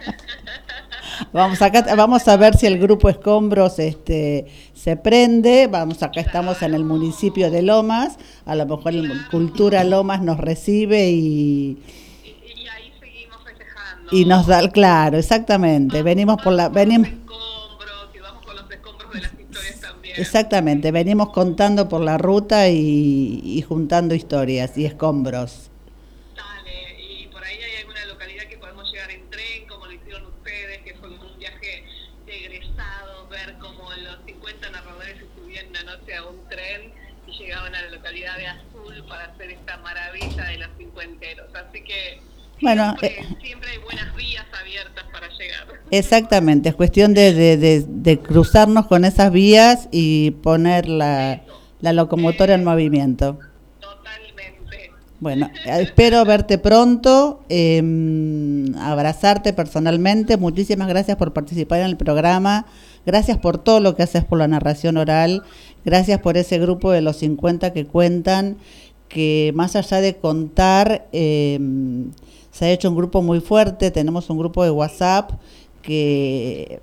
Vamos a ver si el grupo Escombros se prende. Acá estamos en el municipio de Lomas, a lo mejor el Cultura Lomas nos recibe y ahí seguimos festejando. Y nos da, claro, exactamente. Venimos con los escombros y vamos con los escombros de las historias también. Exactamente, venimos contando por la ruta y juntando historias y escombros. Y por ahí hay alguna localidad que podemos llegar en tren, como lo hicieron ustedes, que fue un viaje de egresados, ver cómo los 50 narradores se subían una noche a un tren y llegaban a la localidad de Azul para hacer esta maravilla de los cincuenteros. Así que bueno, siempre hay buenas vías abiertas para llegar. Exactamente, es cuestión de cruzarnos con esas vías y poner la locomotora en movimiento. Totalmente. Bueno, espero verte pronto, abrazarte personalmente. Muchísimas gracias por participar en el programa. Gracias por todo lo que haces por la narración oral. Gracias por ese grupo de los 50 que cuentan, que más allá de contar, se ha hecho un grupo muy fuerte. Tenemos un grupo de WhatsApp que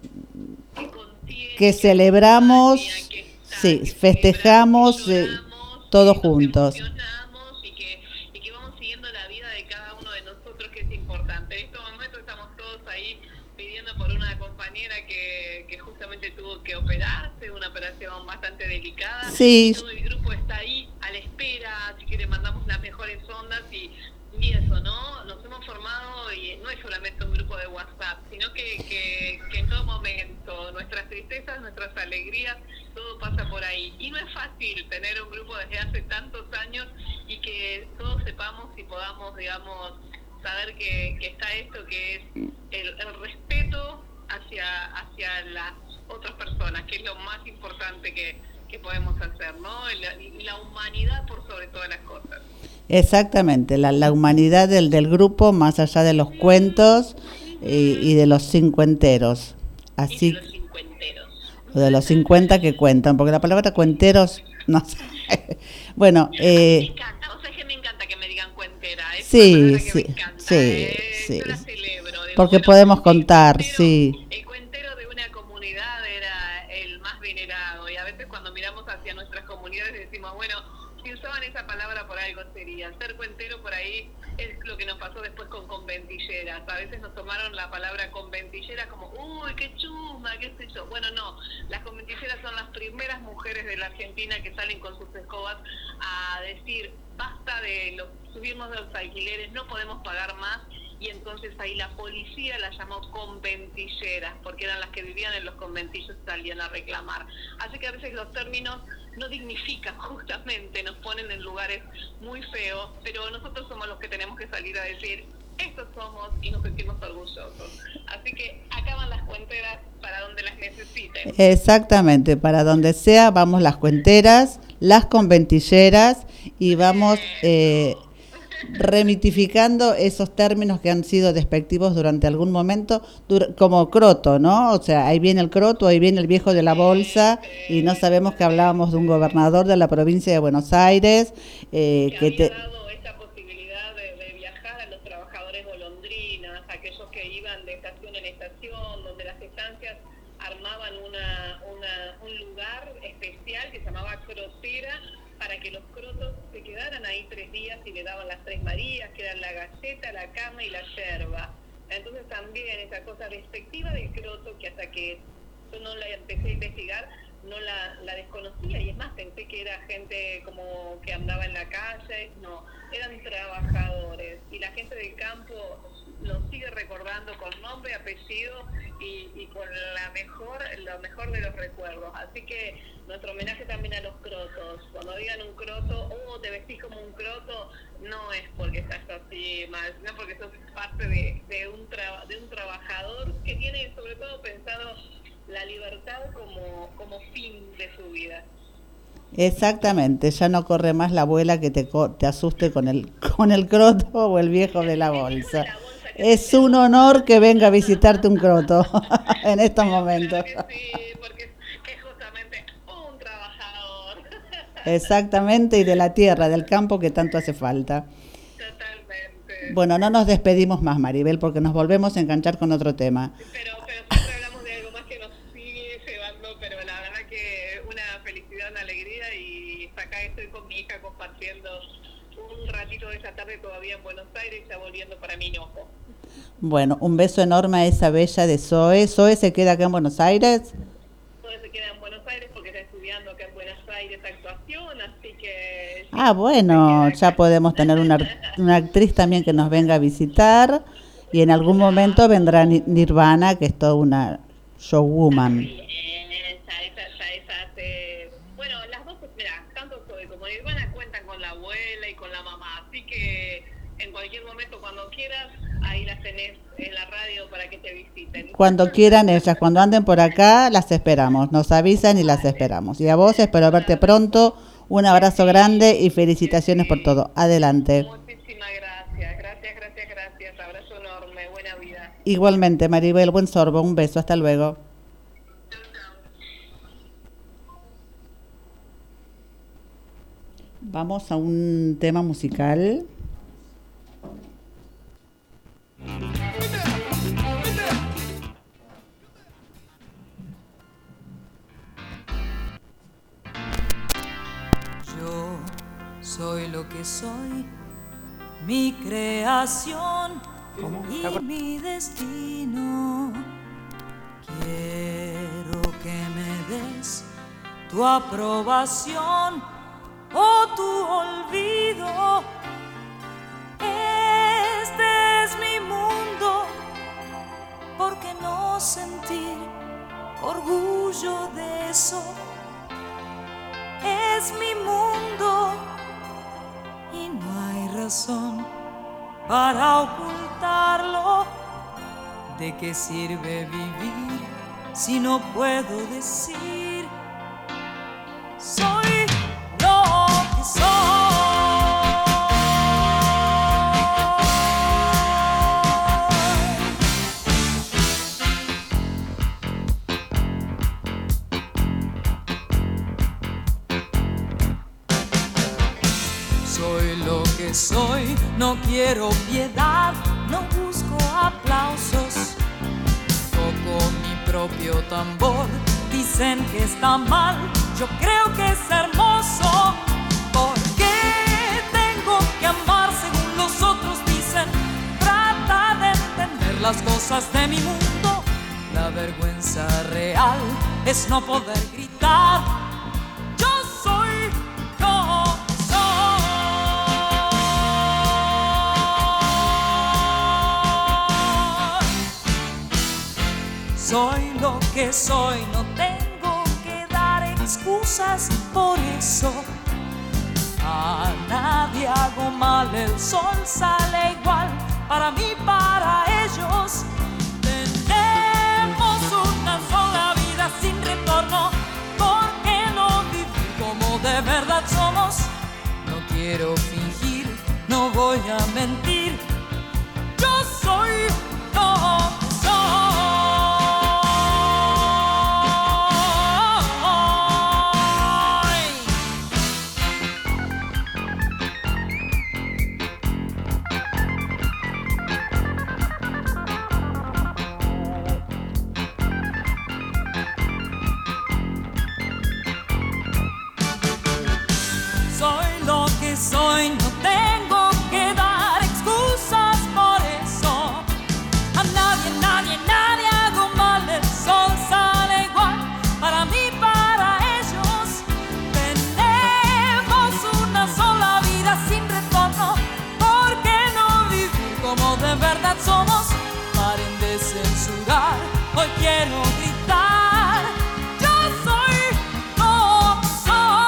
celebramos, sí, festejamos todos juntos. Y que vamos siguiendo la vida de cada uno de nosotros, que es importante. En este momento estamos todos ahí pidiendo por una compañera que justamente tuvo que operarse, una operación bastante delicada. Sí. Y todo el grupo está ahí a la espera, así que le mandamos las mejores ondas y eso, ¿no? Nos hemos formado y no es solamente un grupo de WhatsApp, sino que en todo momento, nuestras tristezas, nuestras alegrías, todo pasa por ahí. Y no es fácil tener un grupo desde hace tantos años y que todos sepamos y podamos, digamos, saber que está esto, que es el respeto hacia las otras personas, que es lo más importante que podemos hacer, ¿no? La humanidad por sobre todas las cosas. Exactamente, la humanidad del grupo, más allá de los cuentos y de los cincuenteros. Así, y de los cincuenteros. O de los 50 que cuentan, porque la palabra cuenteros, no sé. Bueno, me encanta, o sea que me encanta que me digan cuentera. Es sí, sí, me encanta, sí. Yo la celebro. Porque podemos contar, sí. El cuentero de una comunidad era el más venerado, y a veces cuando miramos hacia nuestras comunidades decimos, bueno, si usaban esa palabra por algo sería. Ser cuentero por ahí es lo que nos pasó después con conventilleras. A veces nos tomaron la palabra conventillera como, uy, qué chusma, qué sé yo. Bueno, no, las conventilleras son las primeras mujeres de la Argentina que salen con sus escobas a decir, basta de subirnos de los alquileres, no podemos pagar más, y entonces ahí la policía las llamó conventilleras, porque eran las que vivían en los conventillos y salían a reclamar. Así que a veces los términos no dignifican justamente, nos ponen en lugares muy feos, pero nosotros somos los que tenemos que salir a decir, estos somos y nos sentimos orgullosos. Así que acá van las cuenteras para donde las necesiten. Exactamente, para donde sea, vamos las cuenteras, las conventilleras y vamos remitificando esos términos que han sido despectivos durante algún momento, como croto, ¿no? O sea, ahí viene el croto, ahí viene el viejo de la bolsa, y no sabemos que hablábamos de un gobernador de la provincia de Buenos Aires que había dado esta posibilidad de viajar a los trabajadores golondrinas, aquellos que iban de estación en estación, donde las estancias armaban un lugar especial que se llamaba crotera, para que los crotos se quedaran ahí 3 días y le daban las 3 Marías, que eran la galleta, la cama y la yerba. Entonces también esa cosa despectiva del croto, que hasta que yo no la empecé a investigar, no la desconocía, y es más, pensé que era gente como que andaba en la calle. No, eran trabajadores, y la gente del campo los sigue recordando con nombre, apellido y con lo mejor de los recuerdos. Así que nuestro homenaje también a los crotos. Cuando digan un croto, te vestís como un croto, no es porque estás así mal, sino porque sos parte de un trabajador que tiene sobre todo pensado la libertad como fin de su vida. Exactamente, ya no corre más la abuela que te asuste con el croto o el viejo de la bolsa. Es un honor que venga a visitarte un croto en estos momentos. Claro que sí, porque es justamente un trabajador. Exactamente, y de la tierra, del campo que tanto hace falta. Totalmente. Bueno, no nos despedimos más, Maribel, porque nos volvemos a enganchar con otro tema. Pero siempre hablamos de algo más que nos sigue llevando, pero la verdad que una felicidad, una alegría, y acá estoy con mi hija compartiendo un ratito de esta tarde todavía en Buenos Aires, ya volviendo para mi enojo. Bueno, un beso enorme a esa bella de Zoe. ¿Zoe se queda acá en Buenos Aires? Zoe se queda en Buenos Aires porque está estudiando acá en Buenos Aires actuación, así que... Ah, bueno, ya podemos tener una actriz también que nos venga a visitar, y en algún momento vendrá Nirvana, que es toda una showwoman. Bueno, las dos, mira, tanto Zoe como Nirvana cuentan con la abuela y con la mamá, así que en cualquier momento, cuando quieras, ahí las tenés en la radio para que te visiten. Cuando quieran ellas, cuando anden por acá, las esperamos, nos avisan y las esperamos. Y a vos espero verte pronto, un abrazo grande y felicitaciones por todo. Adelante. Muchísimas gracias, abrazo enorme, buena vida. Igualmente, Maribel, buen sorbo, un beso, hasta luego. Vamos a un tema musical. Yo soy lo que soy, mi creación y mi destino. Quiero que me des tu aprobación o tu olvido. Este es mi mundo, ¿por qué no sentir orgullo de eso? Es mi mundo y no hay razón para ocultarlo. ¿De qué sirve vivir si no puedo decir soy lo que soy? Soy lo que soy, no quiero piedad, no busco aplausos. Toco mi propio tambor, dicen que está mal, yo creo que es hermoso. ¿Por qué tengo que amar según los otros dicen? Trata de entender las cosas de mi mundo. La vergüenza real es no poder gritar. Yo soy lo que soy. soy lo que soy, no tengo que dar excusas por eso. A nadie hago mal, el sol sale igual, para mí, para ellos. Tenemos una sola vida sin retorno, ¿por qué no vivir como de verdad somos? No quiero fingir, no voy a mentir, yo soy lo que soy. Soy, no tengo que dar excusas por eso. A nadie, nadie, nadie hago mal, el sol sale igual, para mí, para ellos. Tenemos una sola vida sin retorno, ¿por qué no vivir como de verdad somos? Paren de censurar, hoy quiero gritar, yo soy lo que soy.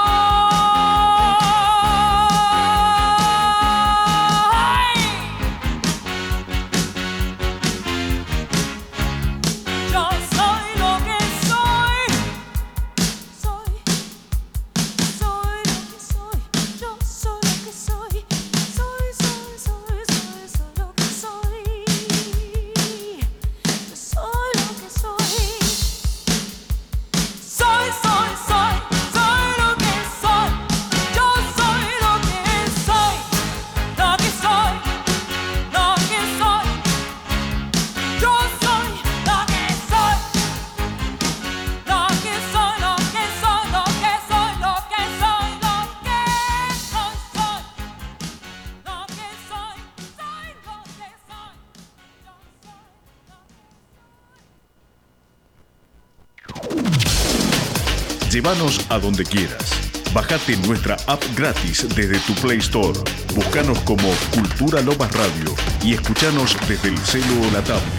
Llévanos a donde quieras. Bájate nuestra app gratis desde tu Play Store. Búscanos como Cultura Lomas Radio y escuchanos desde el celu o la tablet.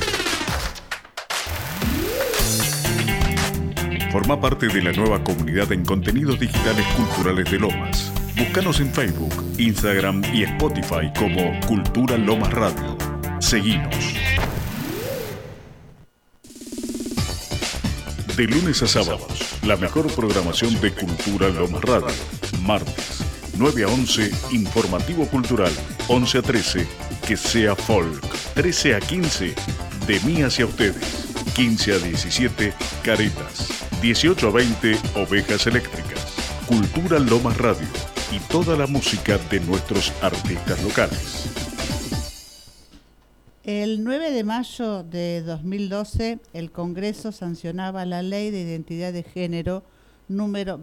Forma parte de la nueva comunidad en contenidos digitales culturales de Lomas. Búscanos en Facebook, Instagram y Spotify como Cultura Lomas Radio. Seguinos. De lunes a sábados, la mejor programación de Cultura Lomas Radio. Martes, 9 a 11, Informativo Cultural. 11 a 13, Que sea Folk. 13 a 15, De mí hacia ustedes. 15 a 17, Caretas. 18 a 20, Ovejas Eléctricas. Cultura Lomas Radio y toda la música de nuestros artistas locales. El 9 de mayo de 2012, el Congreso sancionaba la Ley de Identidad de Género número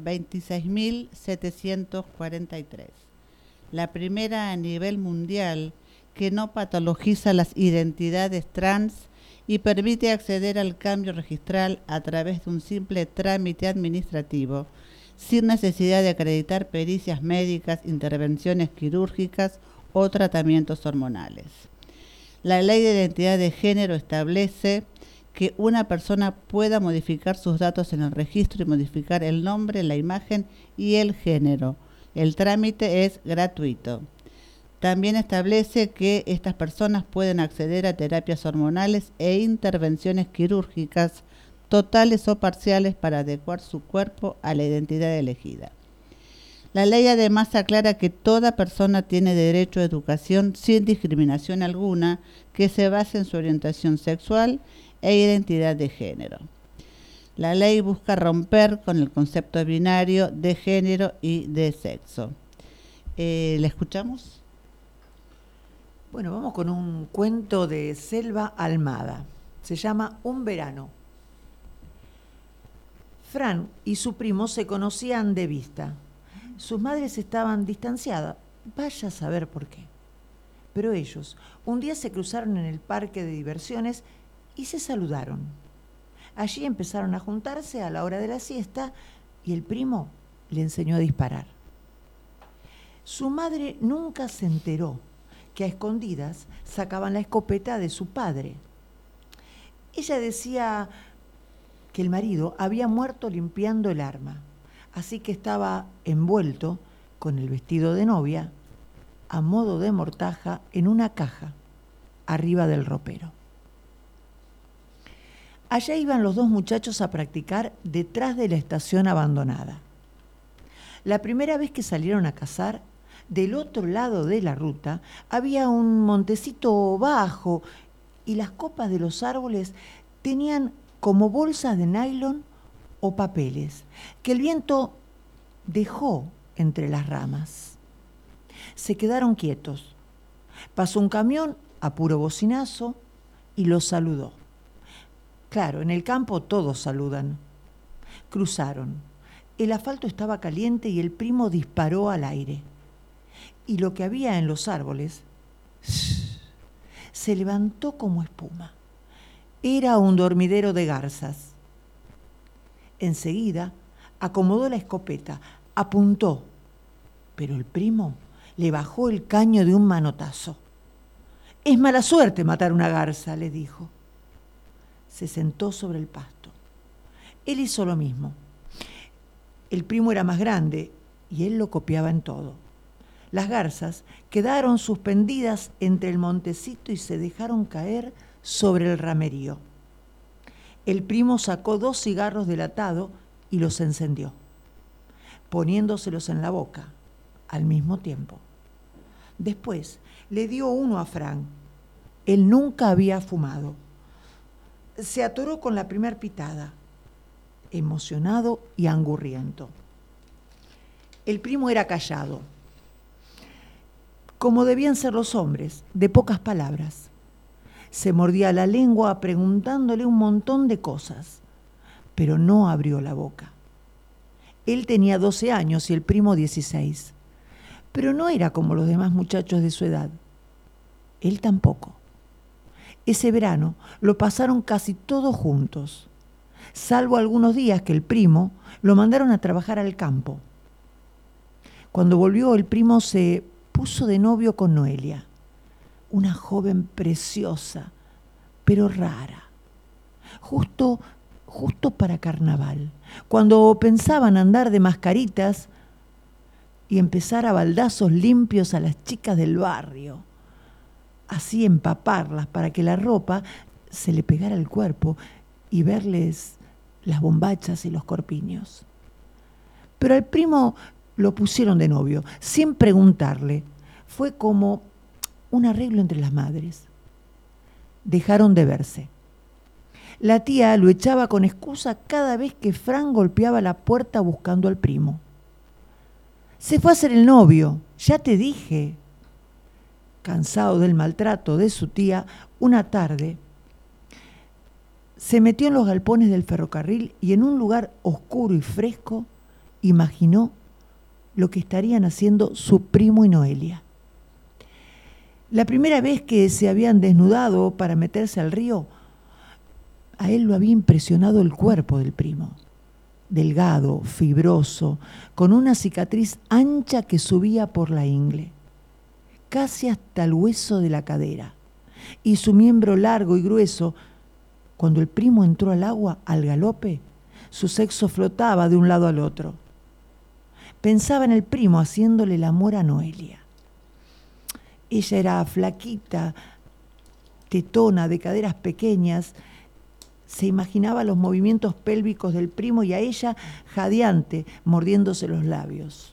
26.743, la primera a nivel mundial que no patologiza las identidades trans y permite acceder al cambio registral a través de un simple trámite administrativo, sin necesidad de acreditar pericias médicas, intervenciones quirúrgicas o tratamientos hormonales. La Ley de Identidad de Género establece que una persona pueda modificar sus datos en el registro y modificar el nombre, la imagen y el género. El trámite es gratuito. También establece que estas personas pueden acceder a terapias hormonales e intervenciones quirúrgicas totales o parciales para adecuar su cuerpo a la identidad elegida. La ley además aclara que toda persona tiene derecho a educación sin discriminación alguna que se base en su orientación sexual e identidad de género. La ley busca romper con el concepto binario de género y de sexo. ¿La escuchamos? Bueno, vamos con un cuento de Selva Almada. Se llama Un verano. Fran y su primo se conocían de vista. Sus madres estaban distanciadas, vaya a saber por qué. Pero ellos un día se cruzaron en el parque de diversiones y se saludaron. Allí empezaron a juntarse a la hora de la siesta y el primo le enseñó a disparar. Su madre nunca se enteró que a escondidas sacaban la escopeta de su padre. Ella decía que el marido había muerto limpiando el arma, así que estaba envuelto con el vestido de novia, a modo de mortaja, en una caja, arriba del ropero. Allá iban los dos muchachos a practicar detrás de la estación abandonada. La primera vez que salieron a cazar, del otro lado de la ruta había un montecito bajo y las copas de los árboles tenían como bolsas de nylon o papeles que el viento dejó entre las ramas. Se quedaron quietos. Pasó un camión a puro bocinazo y los saludó. Claro, en el campo todos saludan. Cruzaron. El asfalto estaba caliente y el primo disparó al aire. Y lo que había en los árboles se levantó como espuma. Era un dormidero de garzas. Enseguida acomodó la escopeta, apuntó, pero el primo le bajó el caño de un manotazo. «Es mala suerte matar una garza», le dijo. Se sentó sobre el pasto. Él hizo lo mismo. El primo era más grande y él lo copiaba en todo. Las garzas quedaron suspendidas entre el montecito y se dejaron caer sobre el ramerío. El primo sacó 2 cigarros del atado y los encendió, poniéndoselos en la boca al mismo tiempo. Después le dio uno a Frank. Él nunca había fumado. Se atoró con la primer pitada, emocionado y angurriento. El primo era callado, como debían ser los hombres, de pocas palabras. Se mordía la lengua preguntándole un montón de cosas, pero no abrió la boca. Él tenía 12 años y el primo 16, pero no era como los demás muchachos de su edad. Él tampoco. Ese verano lo pasaron casi todos juntos, salvo algunos días que el primo lo mandaron a trabajar al campo. Cuando volvió, el primo se puso de novio con Noelia, una joven preciosa, pero rara. Justo para carnaval, cuando pensaban andar de mascaritas y empezar a baldazos limpios a las chicas del barrio, así empaparlas para que la ropa se le pegara al cuerpo y verles las bombachas y los corpiños. Pero al primo lo pusieron de novio, sin preguntarle. Fue como un arreglo entre las madres. Dejaron de verse. La tía lo echaba con excusa cada vez que Fran golpeaba la puerta buscando al primo. «Se fue a hacer el novio, ya te dije». Cansado del maltrato de su tía, una tarde se metió en los galpones del ferrocarril y en un lugar oscuro y fresco imaginó lo que estarían haciendo su primo y Noelia. La primera vez que se habían desnudado para meterse al río, a él lo había impresionado el cuerpo del primo, delgado, fibroso, con una cicatriz ancha que subía por la ingle, casi hasta el hueso de la cadera, y su miembro largo y grueso. Cuando el primo entró al agua al galope, su sexo flotaba de un lado al otro. Pensaba en el primo haciéndole el amor a Noelia. Ella era flaquita, tetona, de caderas pequeñas. Se imaginaba los movimientos pélvicos del primo y a ella jadeante, mordiéndose los labios.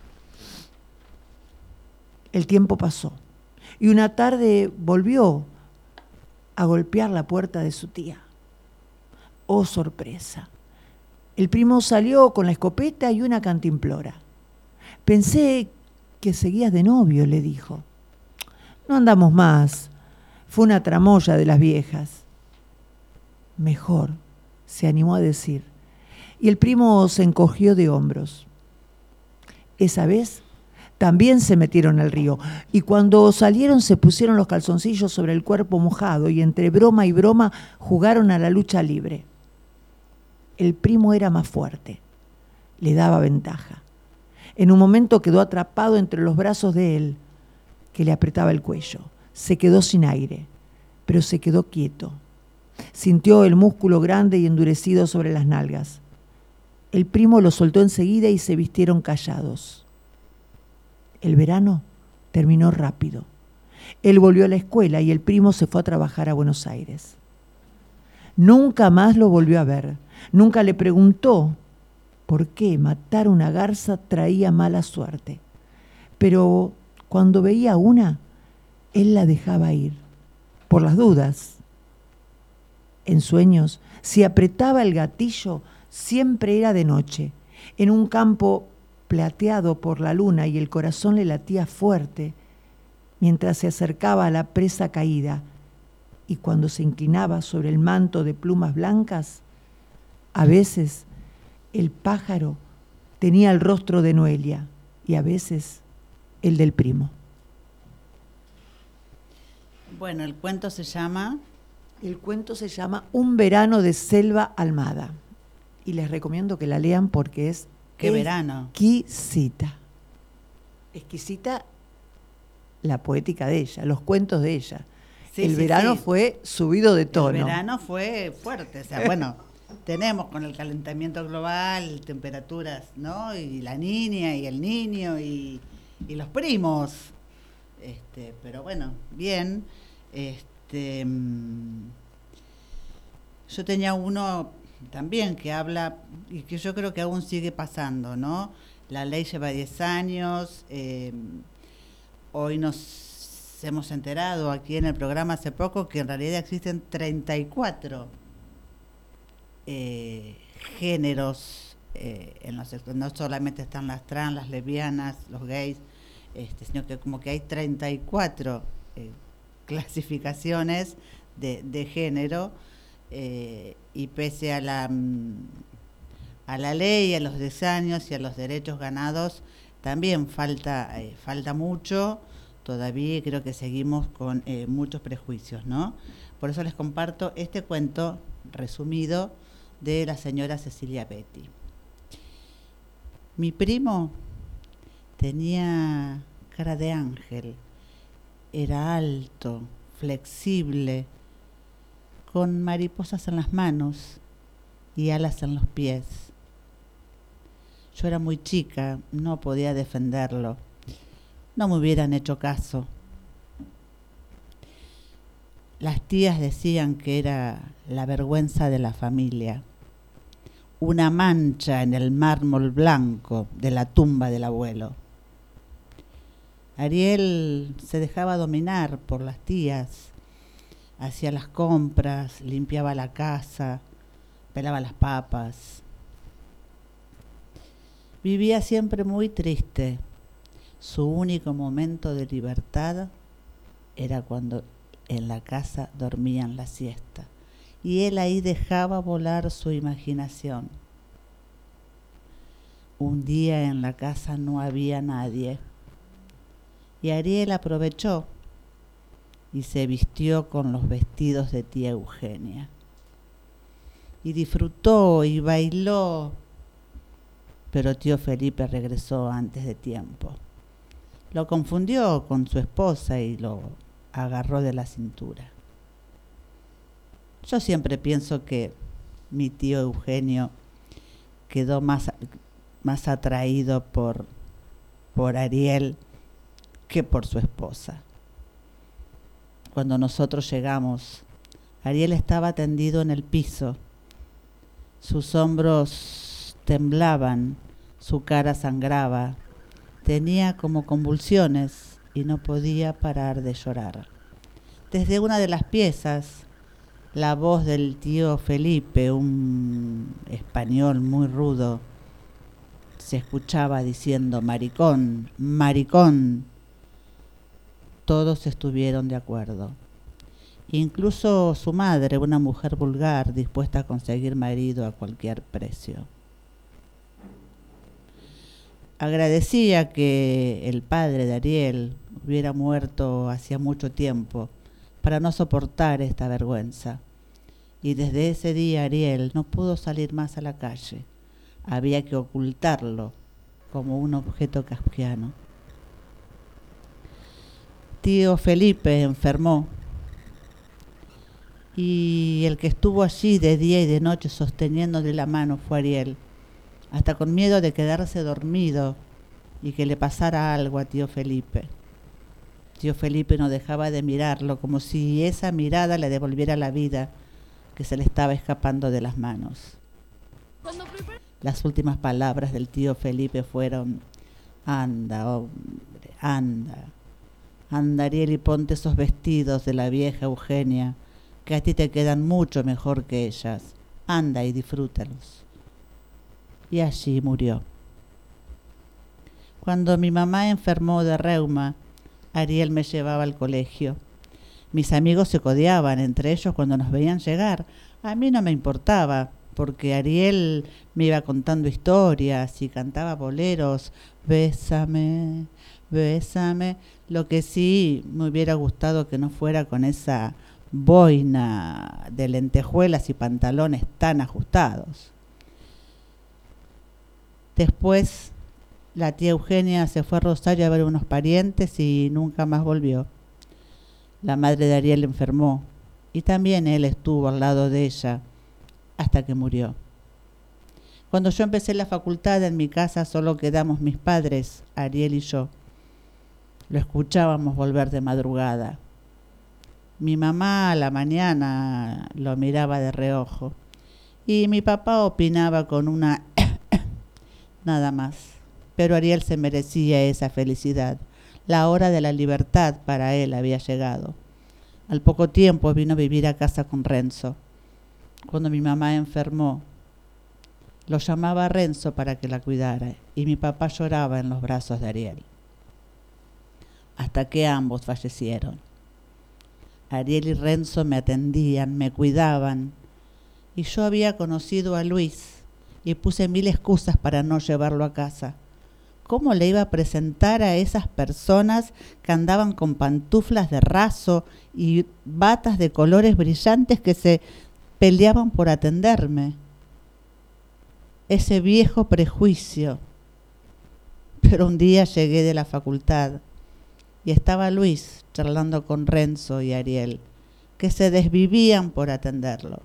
El tiempo pasó y una tarde volvió a golpear la puerta de su tía. ¡Oh, sorpresa! El primo salió con la escopeta y una cantimplora. «Pensé que seguías de novio», le dijo. «No andamos más. Fue una tramoya de las viejas». «Mejor», se animó a decir. Y el primo se encogió de hombros. Esa vez también se metieron al río y cuando salieron se pusieron los calzoncillos sobre el cuerpo mojado y entre broma y broma jugaron a la lucha libre. El primo era más fuerte, le daba ventaja. En un momento quedó atrapado entre los brazos de él, que le apretaba el cuello. Se quedó sin aire, pero se quedó quieto. Sintió el músculo grande y endurecido sobre las nalgas. El primo lo soltó enseguida y se vistieron callados. El verano terminó rápido. Él volvió a la escuela y el primo se fue a trabajar a Buenos Aires. Nunca más lo volvió a ver. Nunca le preguntó por qué matar una garza traía mala suerte. Pero cuando veía una, él la dejaba ir, por las dudas. En sueños, si apretaba el gatillo, siempre era de noche, en un campo plateado por la luna, y el corazón le latía fuerte mientras se acercaba a la presa caída, y cuando se inclinaba sobre el manto de plumas blancas, a veces el pájaro tenía el rostro de Noelia y a veces el del primo. Bueno, el cuento se llama... El cuento se llama Un verano de Selva Almada y les recomiendo que la lean porque es ¡Qué verano! Exquisita. Exquisita la poética de ella, los cuentos de ella. Sí, el sí, verano sí. Fue subido de tono. El verano fue fuerte, o sea, bueno, tenemos con el calentamiento global temperaturas, ¿no? Y la niña y el niño y los primos. Pero bueno, bien. Yo tenía uno también que habla, y que yo creo que aún sigue pasando, ¿no? La ley lleva 10 años, hoy nos hemos enterado aquí en el programa hace poco que en realidad existen 34 géneros en los sexos. No solamente están las trans, las lesbianas, los gays, sino que como que hay 34 clasificaciones de género, y pese a la ley, a los 10 años y a los derechos ganados, también falta mucho. Todavía creo que seguimos con muchos prejuicios, ¿no? Por eso les comparto este cuento resumido de la señora Cecilia Betti. Mi primo tenía cara de ángel, era alto, flexible, con mariposas en las manos y alas en los pies. Yo era muy chica, no podía defenderlo. No me hubieran hecho caso. Las tías decían que era la vergüenza de la familia, una mancha en el mármol blanco de la tumba del abuelo. Ariel se dejaba dominar por las tías, hacía las compras, limpiaba la casa, pelaba las papas. Vivía siempre muy triste. Su único momento de libertad era cuando en la casa dormían la siesta, y él ahí dejaba volar su imaginación. Un día en la casa no había nadie, y Ariel aprovechó y se vistió con los vestidos de tía Eugenia. Y disfrutó y bailó, pero tío Felipe regresó antes de tiempo. Lo confundió con su esposa y lo agarró de la cintura. Yo siempre pienso que mi tío Eugenio quedó más atraído por Ariel que por su esposa. Cuando nosotros llegamos, Ariel estaba tendido en el piso. Sus hombros temblaban, su cara sangraba, tenía como convulsiones y no podía parar de llorar. Desde una de las piezas, la voz del tío Felipe, un español muy rudo, se escuchaba diciendo: maricón, maricón. Todos estuvieron de acuerdo. Incluso su madre, una mujer vulgar, dispuesta a conseguir marido a cualquier precio. Agradecía que el padre de Ariel hubiera muerto hacía mucho tiempo para no soportar esta vergüenza. Y desde ese día Ariel no pudo salir más a la calle. Había que ocultarlo como un objeto kafkiano. Tío Felipe enfermó y el que estuvo allí de día y de noche sosteniéndole la mano fue Ariel, hasta con miedo de quedarse dormido y que le pasara algo a tío Felipe. Tío Felipe no dejaba de mirarlo como si esa mirada le devolviera la vida que se le estaba escapando de las manos. Las últimas palabras del tío Felipe fueron: anda, hombre, anda. Anda, Ariel, y ponte esos vestidos de la vieja Eugenia, que a ti te quedan mucho mejor que ellas. Anda y disfrútalos. Y allí murió. Cuando mi mamá enfermó de reuma, Ariel me llevaba al colegio. Mis amigos se codeaban entre ellos cuando nos veían llegar. A mí no me importaba, porque Ariel me iba contando historias y cantaba boleros. Bésame, bésame. Lo que sí me hubiera gustado que no fuera con esa boina de lentejuelas y pantalones tan ajustados. Después la tía Eugenia se fue a Rosario a ver unos parientes y nunca más volvió. La madre de Ariel enfermó y también él estuvo al lado de ella hasta que murió. Cuando yo empecé la facultad, en mi casa solo quedamos mis padres, Ariel y yo. Lo escuchábamos volver de madrugada. Mi mamá a la mañana lo miraba de reojo y mi papá opinaba con una nada más. Pero Ariel se merecía esa felicidad. La hora de la libertad para él había llegado. Al poco tiempo vino a vivir a casa con Renzo. Cuando mi mamá enfermó, lo llamaba a Renzo para que la cuidara y mi papá lloraba en los brazos de Ariel. Hasta que ambos fallecieron. Ariel y Renzo me atendían, me cuidaban y yo había conocido a Luis y puse 1000 excusas para no llevarlo a casa. ¿Cómo le iba a presentar a esas personas que andaban con pantuflas de raso y batas de colores brillantes que se peleaban por atenderme? Ese viejo prejuicio. Pero un día llegué de la facultad y estaba Luis charlando con Renzo y Ariel, que se desvivían por atenderlo.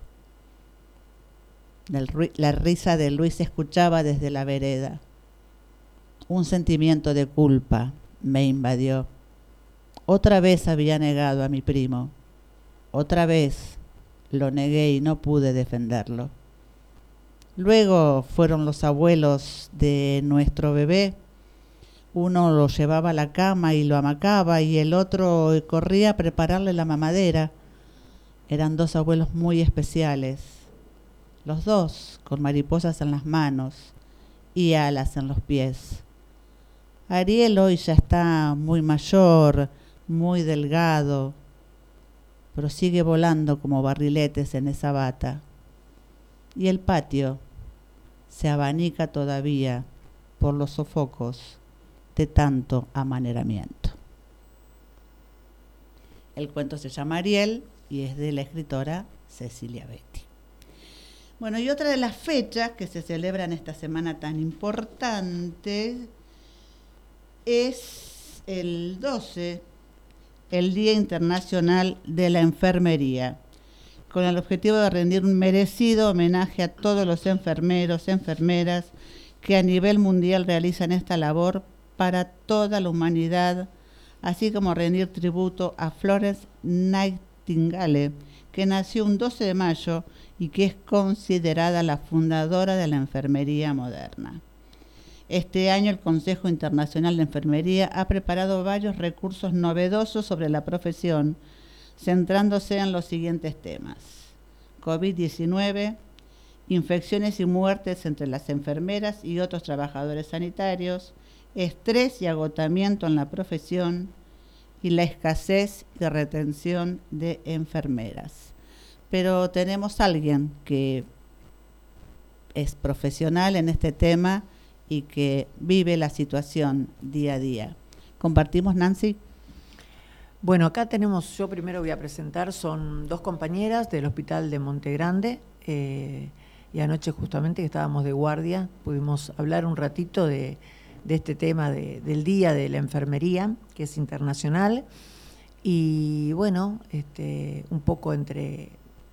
La risa de Luis se escuchaba desde la vereda. Un sentimiento de culpa me invadió. Otra vez había negado a mi primo. Otra vez lo negué y no pude defenderlo. Luego fueron los abuelos de nuestro bebé. Uno lo llevaba a la cama y lo amacaba y el otro corría a prepararle la mamadera. Eran 2 abuelos muy especiales. Los 2 con mariposas en las manos y alas en los pies. Ariel hoy ya está muy mayor, muy delgado, pero sigue volando como barriletes en esa bata. Y el patio se abanica todavía por los sofocos de tanto amaneramiento. El cuento se llama Ariel y es de la escritora Cecilia Betti. Bueno, y otra de las fechas que se celebran esta semana tan importante es el 12, el Día Internacional de la Enfermería, con el objetivo de rendir un merecido homenaje a todos los enfermeros, enfermeras que a nivel mundial realizan esta labor para toda la humanidad, así como rendir tributo a Florence Nightingale, que nació un 12 de mayo y que es considerada la fundadora de la enfermería moderna. Este año el Consejo Internacional de Enfermería ha preparado varios recursos novedosos sobre la profesión, centrándose en los siguientes temas: COVID-19, infecciones y muertes entre las enfermeras y otros trabajadores sanitarios, estrés y agotamiento en la profesión y la escasez y retención de enfermeras. Pero tenemos a alguien que es profesional en este tema y que vive la situación día a día. ¿Compartimos, Nancy? Bueno, acá tenemos, yo primero voy a presentar, son 2 compañeras del Hospital de Monte Grande, y anoche justamente que estábamos de guardia pudimos hablar un ratito de este tema del Día de la Enfermería, que es internacional, y bueno, un poco entre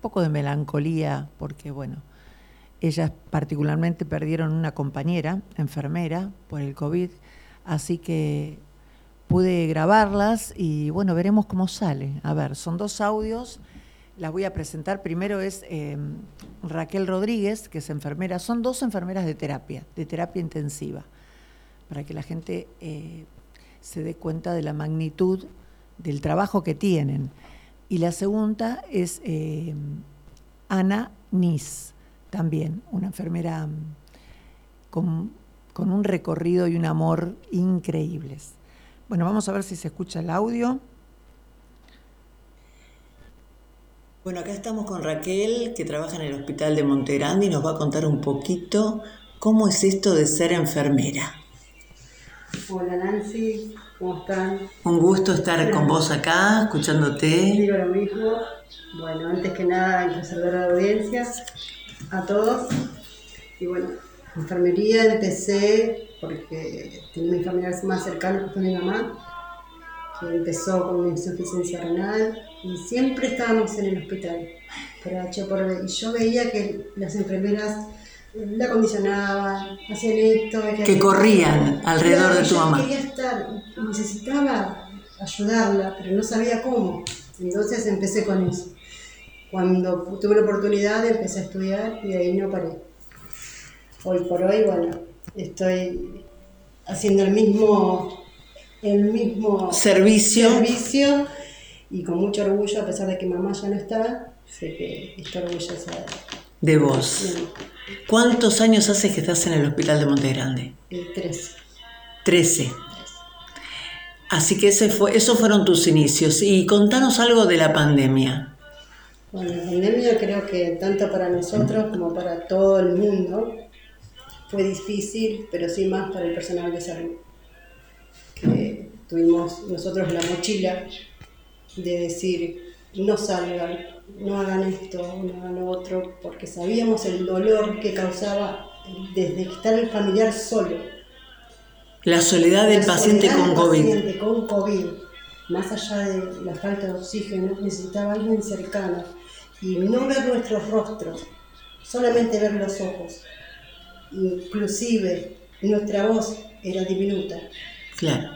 poco de melancolía, porque bueno, ellas particularmente perdieron una compañera, enfermera, por el COVID, así que pude grabarlas y bueno, veremos cómo sale. A ver, son 2 audios, las voy a presentar. Primero es Raquel Rodríguez, que es enfermera, son 2 enfermeras de terapia intensiva, para que la gente se dé cuenta de la magnitud del trabajo que tienen. Y la segunda es Ana Nis, también una enfermera con un recorrido y un amor increíbles. Bueno, vamos a ver si se escucha el audio. Bueno, acá estamos con Raquel, que trabaja en el Hospital de Montegrande y nos va a contar un poquito cómo es esto de ser enfermera. Hola Nancy, ¿cómo están? Un gusto estar con vos acá, escuchándote. Digo lo mismo. Bueno, antes que nada, quiero saludar a la audiencia, a todos. Y bueno, enfermería empecé porque tenía mis familiares más cercanos, que fue mi mamá, que empezó con una insuficiencia renal y siempre estábamos en el hospital, por H por B. Y yo veía que las enfermeras la acondicionaban, hacían esto. Que corrían alrededor de tu mamá. Yo quería estar, necesitaba ayudarla, pero no sabía cómo. Entonces empecé con eso. Cuando tuve la oportunidad empecé a estudiar y de ahí no paré. Hoy por hoy, bueno, estoy haciendo el mismo servicio y con mucho orgullo, a pesar de que mamá ya no está, sé que estoy orgullosa de vos. ¿Cuántos años hace que estás en el Hospital de Montegrande? 13. Así que esos fueron tus inicios. Y contanos algo de la pandemia. Bueno, la pandemia creo que tanto para nosotros como para todo el mundo fue difícil, pero sí más para el personal de salud. Que tuvimos nosotros la mochila de decir, no salgan, no hagan esto, no hagan lo otro, porque sabíamos el dolor que causaba desde estar el familiar solo. La soledad del paciente con COVID. Más allá de la falta de oxígeno, necesitaba alguien cercano. Y no ver nuestros rostros, solamente ver los ojos. Inclusive nuestra voz era diminuta. Claro.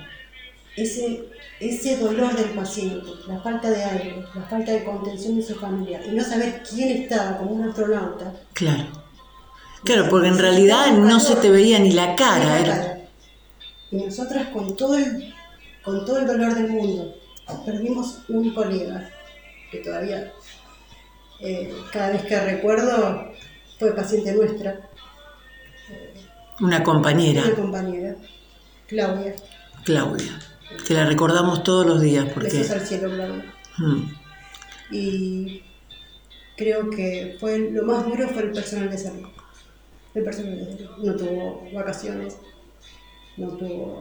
Ese dolor del paciente, la falta de aire, la falta de contención de su familia, y no saber quién estaba como un astronauta. Claro, porque en realidad no se te veía ni la cara. Y nosotras con todo el dolor del mundo, perdimos un colega, que todavía, cada vez que recuerdo, fue paciente nuestra. Una compañera, Claudia, que la recordamos todos los días. Besos al cielo, Claudia. Y creo que lo más duro fue el personal de salud. No tuvo vacaciones, no tuvo...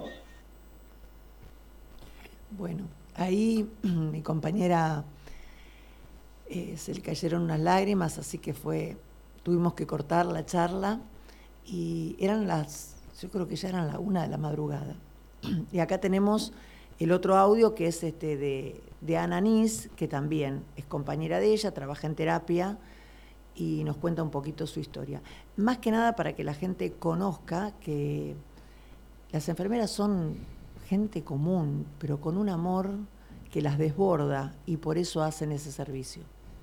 Bueno, ahí mi compañera se le cayeron unas lágrimas, así que tuvimos que cortar la charla y yo creo que ya eran la 1 de la madrugada. Y acá tenemos el otro audio que es de Ana Nis, que también es compañera de ella, trabaja en terapia y nos cuenta un poquito su historia. Más que nada para que la gente conozca que las enfermeras son gente común, pero con un amor que las desborda y por eso hacen ese servicio.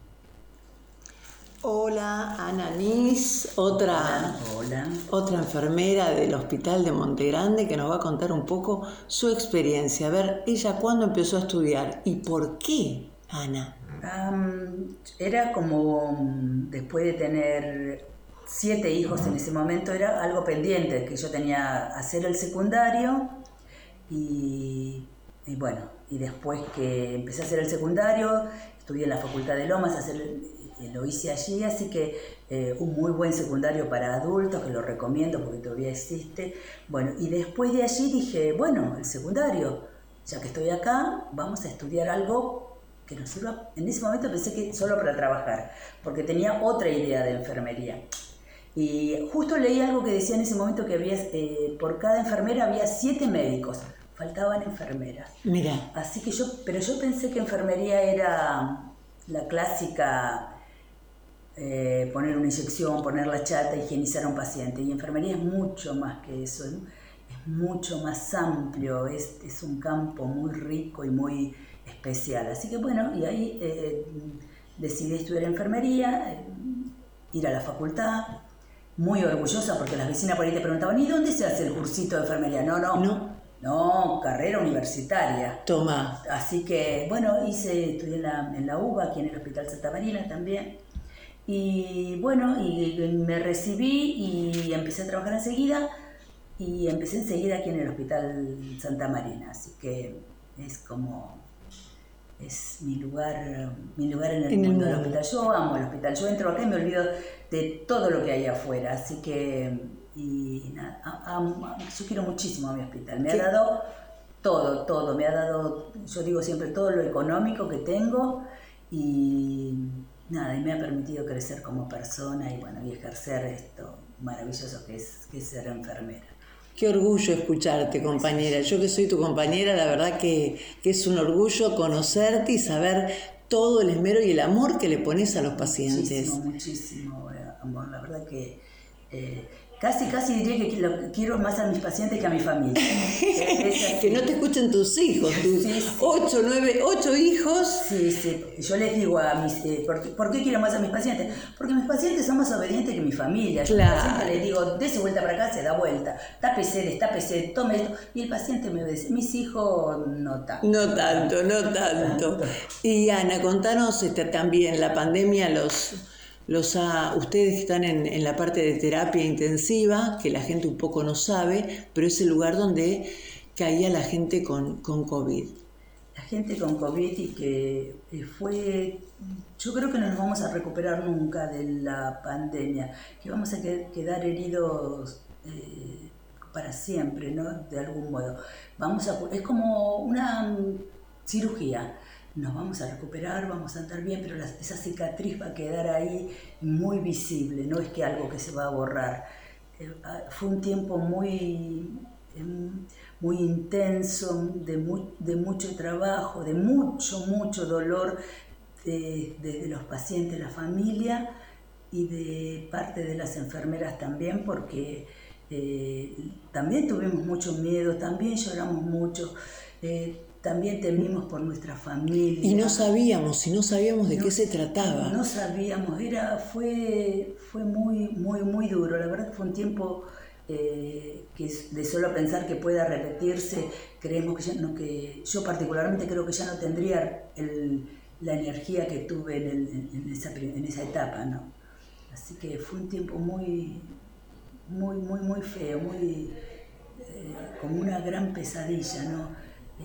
Hola, Ana Nis, otra enfermera del Hospital de Montegrande que nos va a contar un poco su experiencia. A ver, ella cuándo empezó a estudiar y por qué, Ana. Era como después de tener 7 hijos en ese momento, era algo pendiente, que yo tenía que hacer el secundario y bueno, y después que empecé a hacer el secundario, estudié en la Facultad de Lomas, lo hice allí, así que un muy buen secundario para adultos, que lo recomiendo porque todavía existe. Bueno, y después de allí dije, bueno, el secundario, ya que estoy acá, vamos a estudiar algo que nos sirva. En ese momento pensé que solo para trabajar, porque tenía otra idea de enfermería. Y justo leí algo que decía en ese momento que había, por cada enfermera había 7 médicos, faltaban enfermeras. Mira. Así que yo pensé que enfermería era la clásica poner una inyección, poner la chata, higienizar a un paciente. Y enfermería es mucho más que eso, es mucho más amplio, es un campo muy rico y muy especial. Así que bueno, y ahí decidí estudiar enfermería, ir a la facultad, muy orgullosa porque las vecinas por ahí te preguntaban, ¿y dónde se hace el cursito de enfermería? No, carrera universitaria. Toma. Así que, bueno, estudié en la UBA, aquí en el Hospital Santa Marina también. Y bueno, y me recibí y empecé a trabajar enseguida. Y empecé enseguida aquí en el Hospital Santa Marina. Así que es mi lugar en el mundo del hospital. Yo amo el hospital. Yo entro acá y me olvido de todo lo que hay afuera. Así que, y nada, yo quiero muchísimo a mi hospital. Me ha dado todo. Me ha dado, yo digo siempre, todo lo económico que tengo y nada, y me ha permitido crecer como persona y bueno, y ejercer esto maravilloso que es ser enfermera. Qué orgullo escucharte, compañera. Yo que soy tu compañera, la verdad que es un orgullo conocerte y saber todo el esmero y el amor que le pones a los pacientes. Muchísimo amor. La verdad que casi diría que quiero más a mis pacientes que a mi familia. Que no te escuchen tus hijos, tus 8 hijos. Sí. Yo les digo a mis... ¿por qué quiero más a mis pacientes? Porque mis pacientes son más obedientes que mi familia. Yo al paciente les digo, dése vuelta para acá, se da vuelta. Tápese, tome esto. Y el paciente me obedece. Mis hijos no tanto. No tanto. Y Ana, contanos también, la pandemia ustedes están en la parte de terapia intensiva, que la gente un poco no sabe, pero es el lugar donde caía la gente con COVID. La gente con COVID y que yo creo que no nos vamos a recuperar nunca de la pandemia, que vamos a quedar heridos para siempre, ¿no? De algún modo. Es como una cirugía. Nos vamos a recuperar, vamos a andar bien, pero esa cicatriz va a quedar ahí muy visible, no es que algo que se va a borrar. Fue un tiempo muy intenso, de mucho trabajo, de mucho dolor de los pacientes, la familia y de parte de las enfermeras también, porque también tuvimos mucho miedo, también lloramos mucho. También temimos por nuestra familia. Y no sabíamos de qué se trataba. No sabíamos, fue muy duro. La verdad que fue un tiempo que de solo pensar que pueda repetirse, creemos que yo particularmente creo que ya no tendría la energía que tuve en esa etapa, ¿no? Así que fue un tiempo muy feo, como una gran pesadilla, ¿no?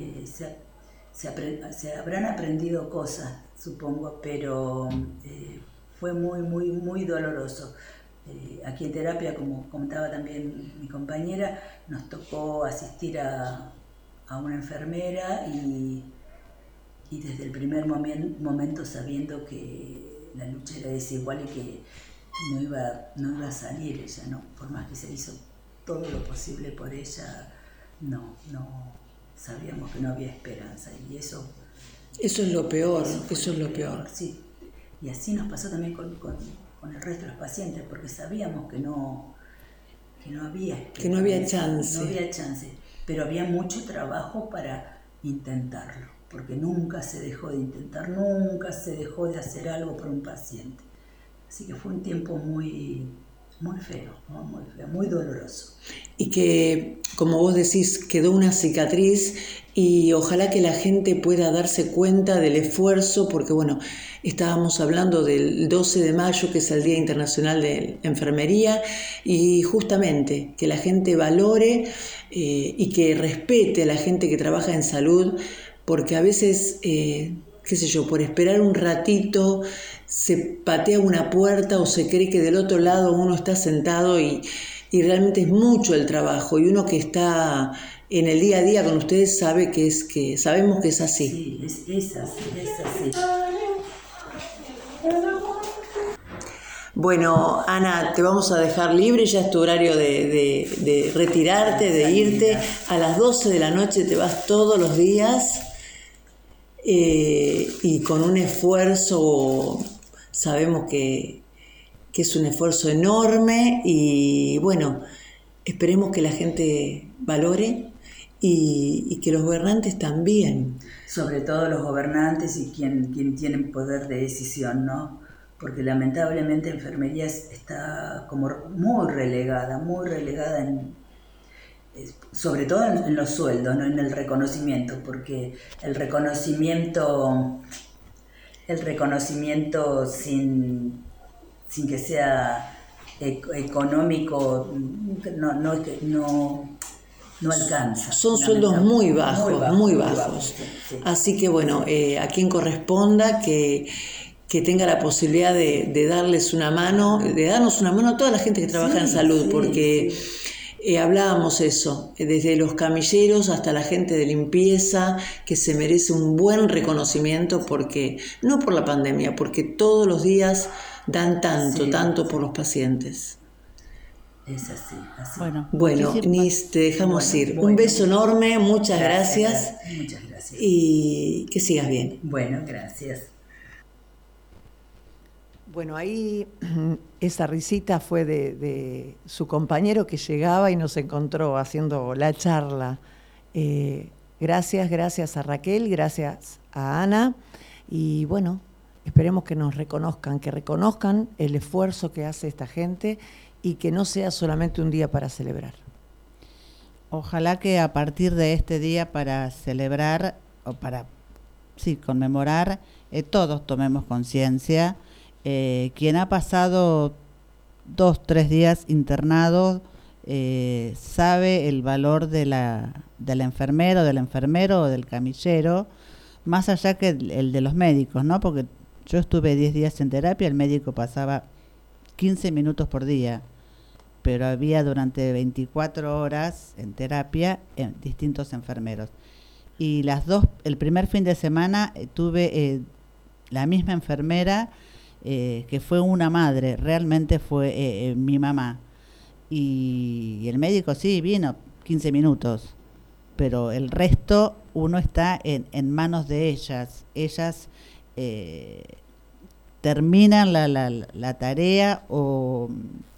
Se habrán aprendido cosas, supongo, pero fue muy doloroso. Aquí en terapia, como comentaba también mi compañera, nos tocó asistir a una enfermera y desde el primer momento sabiendo que la lucha era desigual y que no iba a salir ella, ¿no? Por más que se hizo todo lo posible por ella, no sabíamos que no había esperanza y eso es lo peor, eso es lo peor. Sí, y así nos pasó también con el resto de los pacientes, porque sabíamos que no había esperanza, que no había chance. No había chance, pero había mucho trabajo para intentarlo, porque nunca se dejó de intentar, nunca se dejó de hacer algo por un paciente. Así que fue un tiempo muy feo, muy doloroso. Y que, como vos decís, quedó una cicatriz y ojalá que la gente pueda darse cuenta del esfuerzo, porque bueno, estábamos hablando del 12 de mayo, que es el Día Internacional de Enfermería, y justamente que la gente valore y que respete a la gente que trabaja en salud, porque a veces, por esperar un ratito se patea una puerta o se cree que del otro lado uno está sentado y realmente es mucho el trabajo, y uno que está en el día a día con ustedes sabemos que es así. Sí, es así. Bueno, Ana, te vamos a dejar libre, ya es tu horario de retirarte, de irte. A las 12 de la noche te vas todos los días y con un esfuerzo sabemos que que es un esfuerzo enorme y bueno, esperemos que la gente valore y que los gobernantes también. Sobre todo los gobernantes y quien tienen poder de decisión, ¿no? Porque lamentablemente enfermería está como muy relegada sobre todo en los sueldos, no en el reconocimiento, porque el reconocimiento sin que sea económico no alcanza. Son sueldos muy bajos. Sí. Así que bueno, a quien corresponda que tenga la posibilidad de darles una mano, de darnos una mano a toda la gente que trabaja en salud, porque hablábamos eso, desde los camilleros hasta la gente de limpieza, que se merece un buen reconocimiento, porque no por la pandemia, porque todos los días dan tanto por los pacientes. Es así. Bueno, Nis, te dejamos ir. Un beso enorme, muchas gracias. Muchas gracias. Y que sigas bien. Bueno, gracias. Bueno, ahí esa risita fue de su compañero que llegaba y nos encontró haciendo la charla. Gracias a Raquel, gracias a Ana. Y bueno, esperemos que nos reconozcan, que reconozcan el esfuerzo que hace esta gente y que no sea solamente un día para celebrar. Ojalá que a partir de este día para celebrar o para conmemorar, todos tomemos conciencia. Quien ha pasado 2-3 días internado sabe el valor de la enfermera o del enfermero o del camillero, más allá que el de los médicos, ¿no? Porque yo estuve 10 días en terapia, el médico pasaba 15 minutos por día, pero había durante 24 horas en terapia distintos enfermeros. Y el primer fin de semana tuve la misma enfermera, que fue una madre, realmente fue mi mamá. Y el médico sí vino 15 minutos, pero el resto uno está en manos de ellas. Ellas terminan la tarea o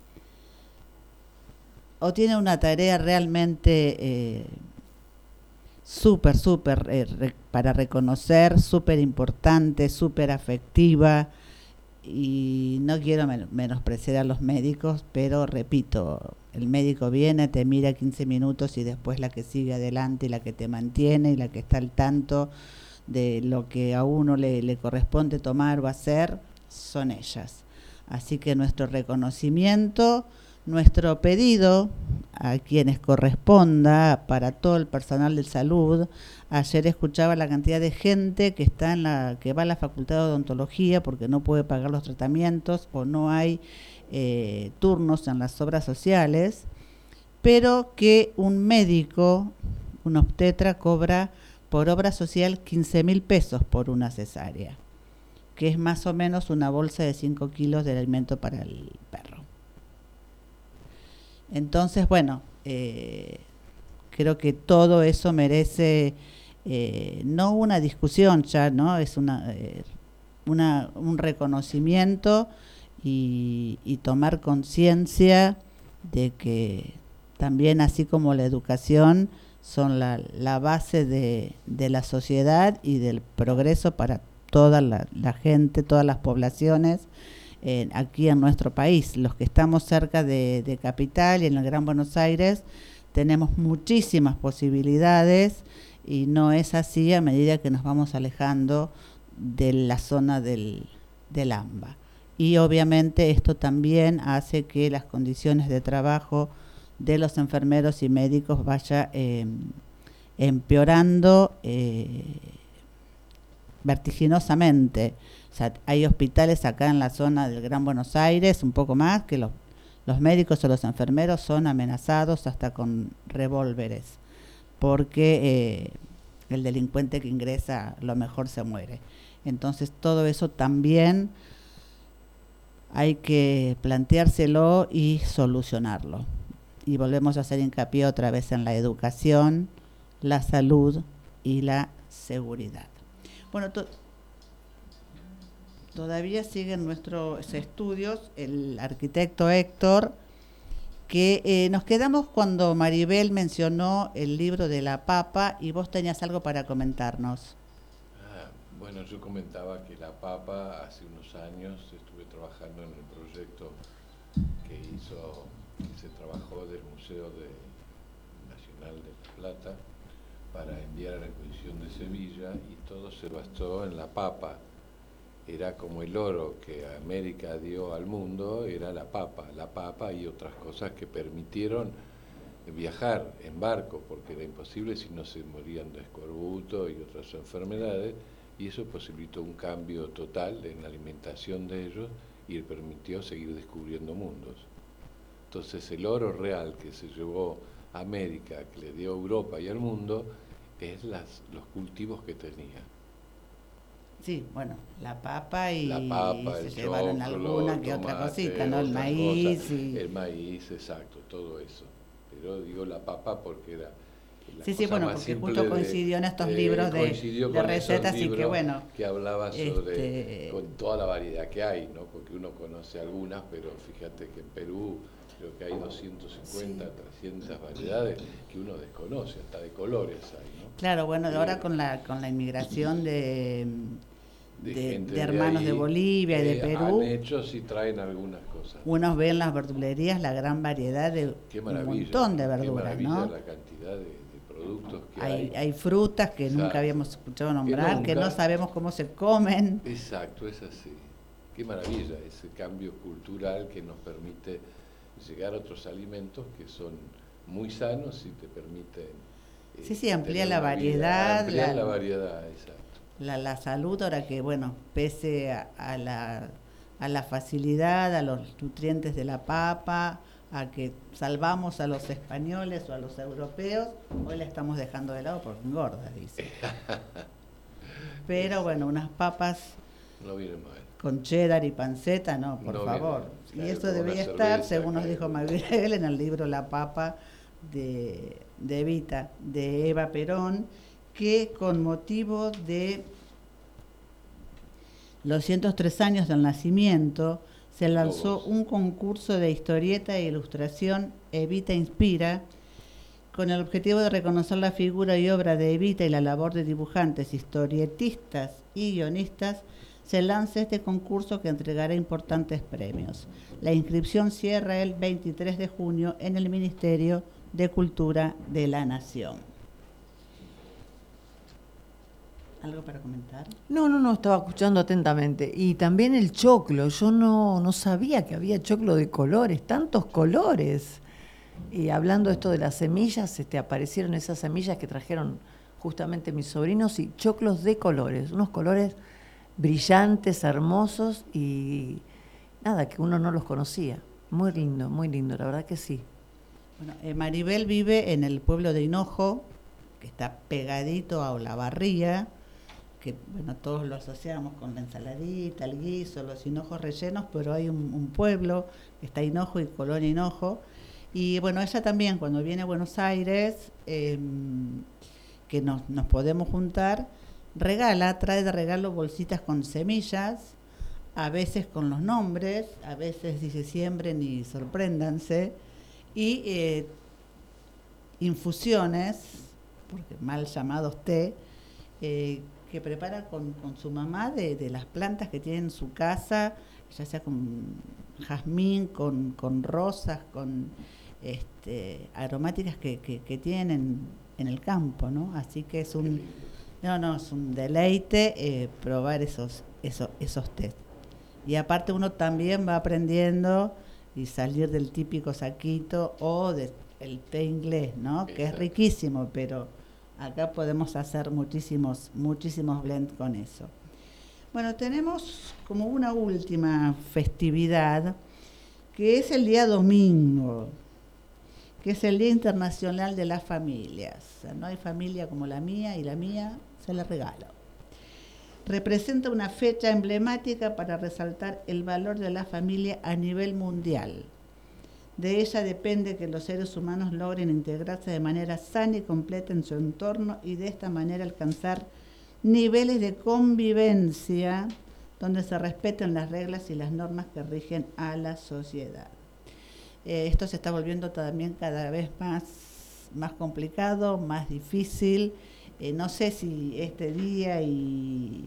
tienen una tarea realmente súper para reconocer, súper importante, súper afectiva. Y no quiero menospreciar a los médicos, pero repito, el médico viene, te mira 15 minutos y después la que sigue adelante y la que te mantiene y la que está al tanto de lo que a uno le corresponde tomar o hacer son ellas. Así que nuestro reconocimiento, nuestro pedido a quienes corresponda para todo el personal de salud. Ayer escuchaba la cantidad de gente que que va a la Facultad de Odontología porque no puede pagar los tratamientos o no hay turnos en las obras sociales, pero que un médico, un obstetra, cobra por obra social 15.000 pesos por una cesárea, que es más o menos una bolsa de 5 kilos de alimento para el perro. Entonces, bueno, creo que todo eso merece no una discusión ya, ¿no? Es un reconocimiento y tomar conciencia de que también, así como la educación, son la base de la sociedad y del progreso para toda la gente, todas las poblaciones aquí en nuestro país. Los que estamos cerca de Capital y en el Gran Buenos Aires tenemos muchísimas posibilidades y no es así a medida que nos vamos alejando de la zona del AMBA. Y obviamente esto también hace que las condiciones de trabajo de los enfermeros y médicos vaya empeorando vertiginosamente. O sea, hay hospitales acá en la zona del Gran Buenos Aires, un poco más, que los médicos o los enfermeros son amenazados hasta con revólveres, porque el delincuente que ingresa a lo mejor se muere. Entonces todo eso también hay que planteárselo y solucionarlo. Y volvemos a hacer hincapié otra vez en la educación, la salud y la seguridad. Bueno, todavía sigue en nuestros estudios el arquitecto Héctor, que nos quedamos cuando Maribel mencionó el libro de la papa y vos tenías algo para comentarnos. Bueno, yo comentaba que la papa hace unos años estuve trabajando en el proyecto que se trabajó del Museo Nacional de La Plata para enviar a la Exposición de Sevilla, y todo se basó en la papa. Era como el oro que América dio al mundo, era la papa y otras cosas que permitieron viajar en barco, porque era imposible si no se morían de escorbuto y otras enfermedades, y eso posibilitó un cambio total en la alimentación de ellos y les permitió seguir descubriendo mundos. Entonces el oro real que se llevó a América, que le dio a Europa y al mundo, es los cultivos que tenía. Sí, bueno, la papa y se llevaron alguna que otra cosita, ¿no? El maíz. El maíz, exacto, todo eso. Pero digo la papa porque era Sí, bueno, porque justo coincidió en estos libros de recetas, y que bueno. Que hablaba sobre con toda la variedad que hay, ¿no? Porque uno conoce algunas, pero fíjate que en Perú creo que hay 250, 300 variedades que uno desconoce, hasta de colores hay, ¿no? Claro, bueno, ahora con la inmigración de hermanos de Bolivia y de Perú. Han hecho, sí traen algunas cosas. Unos ven las verdulerías, la gran variedad de un montón de verduras, ¿no? La cantidad de productos que hay. Hay frutas que nunca habíamos escuchado nombrar, que no sabemos cómo se comen. Exacto, es así. Qué maravilla ese cambio cultural que nos permite llegar a otros alimentos que son muy sanos y te permiten... sí, amplía la variedad. Amplía la variedad, exacto. La salud, ahora que, bueno, pese a la facilidad, a los nutrientes de la papa, a que salvamos a los españoles o a los europeos, hoy la estamos dejando de lado porque engorda, dice. Pero bueno, unas papas no vienen mal. Con cheddar y panceta, no, por favor. Claro, y eso debería estar, según nos dijo Maribel, en el libro La Papa de Evita, de Eva Perón, que con motivo de los 103 años del nacimiento se lanzó un concurso de historieta e ilustración Evita Inspira, con el objetivo de reconocer la figura y obra de Evita y la labor de dibujantes, historietistas y guionistas. Se lanza este concurso que entregará importantes premios. La inscripción cierra el 23 de junio en el Ministerio de Cultura de la Nación. ¿Algo para comentar? No, estaba escuchando atentamente. Y también el choclo, yo no sabía que había choclo de colores, tantos colores. Y hablando esto de las semillas, aparecieron esas semillas que trajeron justamente mis sobrinos, y choclos de colores, unos colores brillantes, hermosos, y nada, que uno no los conocía. Muy lindo, la verdad que sí. Bueno, Maribel vive en el pueblo de Hinojo, que está pegadito a Olavarría, que bueno, todos lo asociamos con la ensaladita, el guiso, los hinojos rellenos, pero hay un pueblo que está Hinojo y Colonia Hinojo. Y bueno, ella también, cuando viene a Buenos Aires, que nos podemos juntar, trae de regalo bolsitas con semillas, a veces con los nombres, a veces dice siembren y sorpréndanse, y infusiones, porque mal llamados té, que prepara con su mamá de las plantas que tiene en su casa, ya sea con jazmín, con rosas, con aromáticas que tienen en el campo, ¿no? Así que es un deleite probar esos test. Y aparte uno también va aprendiendo y salir del típico saquito o del té inglés, ¿no? Que es riquísimo, pero acá podemos hacer muchísimos blends con eso. Bueno, tenemos como una última festividad, que es el día domingo, que es el Día Internacional de las Familias. O sea, no hay familia como la mía, y la mía se la regalo. Representa una fecha emblemática para resaltar el valor de la familia a nivel mundial. De ella depende que los seres humanos logren integrarse de manera sana y completa en su entorno, y de esta manera alcanzar niveles de convivencia donde se respeten las reglas y las normas que rigen a la sociedad. Esto se está volviendo también cada vez más complicado, más difícil. No sé si este día y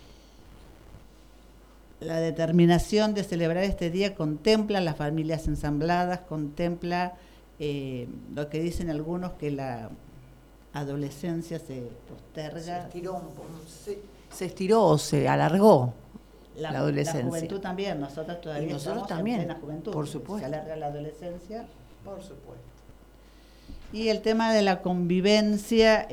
la determinación de celebrar este día contempla las familias ensambladas, contempla lo que dicen algunos, que la adolescencia se posterga. Se estiró, se alargó la adolescencia. La juventud también, nosotros todavía y nosotros estamos también, en plena juventud. por supuesto. Se alarga la adolescencia. Por supuesto. Y el tema de la convivencia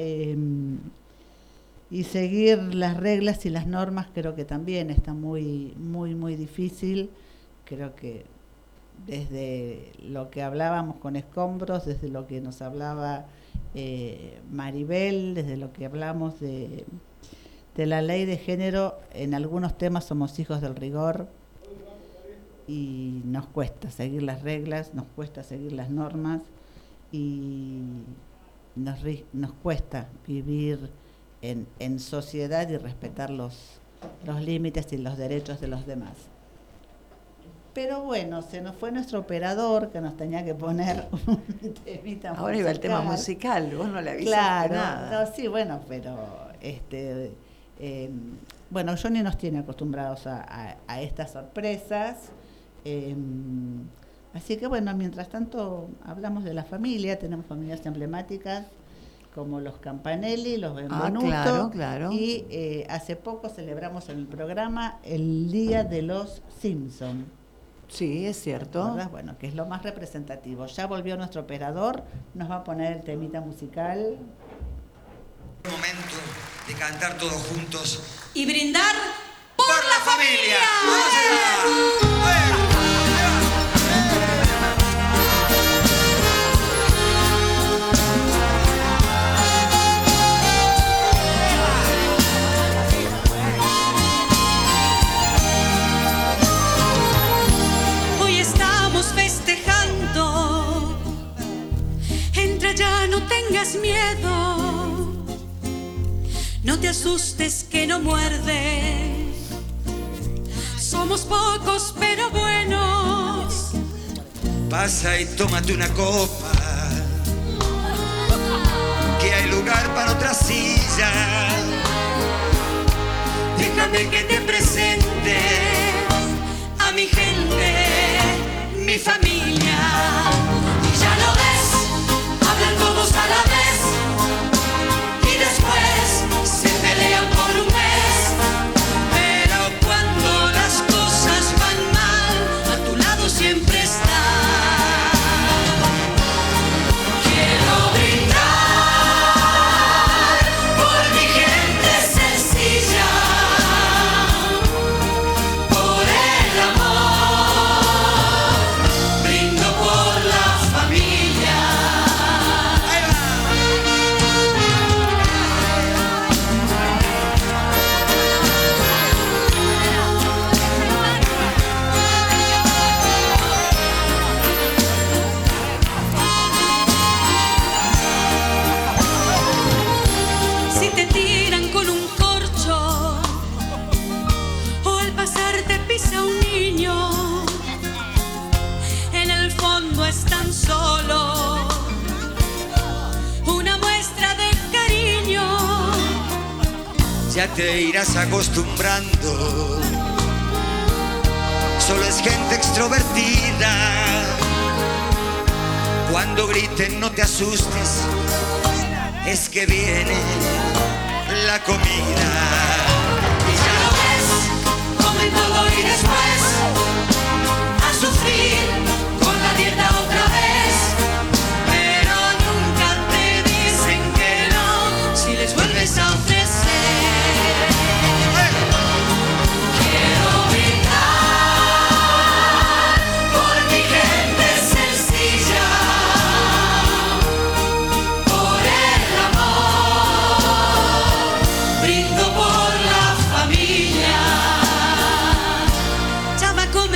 y seguir las reglas y las normas, creo que también está muy, muy, muy difícil. Creo que desde lo que hablábamos con Escombros, desde lo que nos hablaba Maribel, desde lo que hablamos de la ley de género, en algunos temas somos hijos del rigor y nos cuesta seguir las reglas, nos cuesta seguir las normas y nos cuesta vivir en sociedad y respetar los límites y los derechos de los demás. Pero bueno, se nos fue nuestro operador que nos tenía que poner un temita musical. Ahora iba el tema musical, vos no le avisaste nada. Claro, no, sí, bueno, pero bueno, Johnny nos tiene acostumbrados a estas sorpresas. Así que bueno, mientras tanto hablamos de la familia, tenemos familias emblemáticas como los Campanelli, los Benvenuto, claro. Y hace poco celebramos en el programa el Día de los Simpson. Sí, es cierto. ¿Verdad? Bueno, que es lo más representativo. Ya volvió nuestro operador, nos va a poner el temita musical. Momento de cantar todos juntos Y brindar por la familia. Hoy estamos festejando, entra ya, no tengas miedo, no te asustes que no muerde, somos pocos pero buenos. Pasa y tómate una copa, que hay lugar para otra silla. Déjame que te presente a mi gente, mi familia. Y ya lo ves, hablan todos a la vez y después se pelean por un mes. Pero cuando las cosas van mal, a tu lado siempre está. Quiero brindar por mi gente sencilla, por el amor, brindo por la familia. Si te tiran con un corcho o al pasar te pisa un niño, en el fondo están solo una muestra de cariño. Ya te irás acostumbrando, solo es gente extrovertida. Cuando griten no te asustes, es que viene la comida. Y ya lo ves, comen todo y después a sufrir con la dieta otra vez. Pero nunca te dicen que no si les vuelves a ofrecer. Quiero brindar por mi gente sencilla, por el amor, brindo por la familia. Ya va a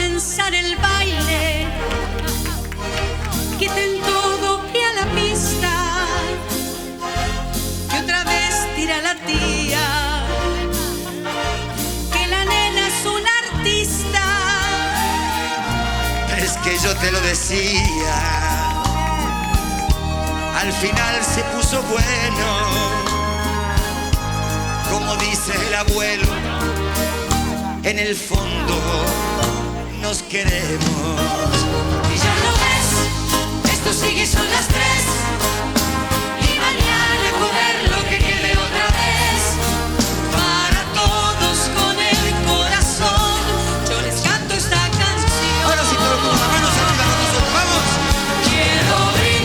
yo te lo decía, al final se puso bueno, como dice el abuelo, en el fondo nos queremos. Y ya lo ves, esto sigue, son las 3, y mañana comer lo que quede otra vez. Para todos con el corazón, yo les canto esta canción. Ahora sí, todo con las manos arriba con nosotros, vamos. Quiero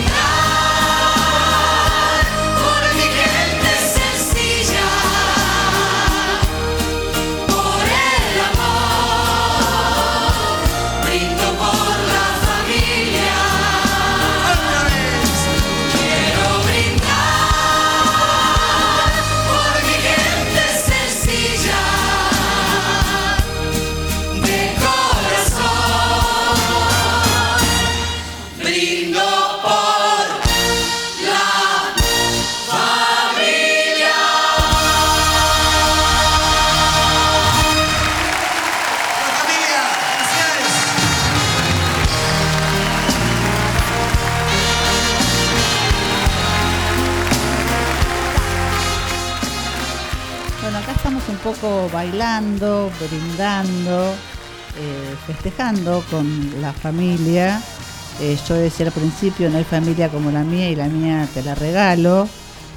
brindar por mi gente sencilla, por el amor, brindo por la familia. Otra vez. Quiero brindar por mi gente sencilla, de corazón, brindo por la familia. La familia, felicidades. Bueno, acá estamos un poco bailando, brindando, festejando con la familia. Yo decía al principio, no hay familia como la mía y la mía te la regalo.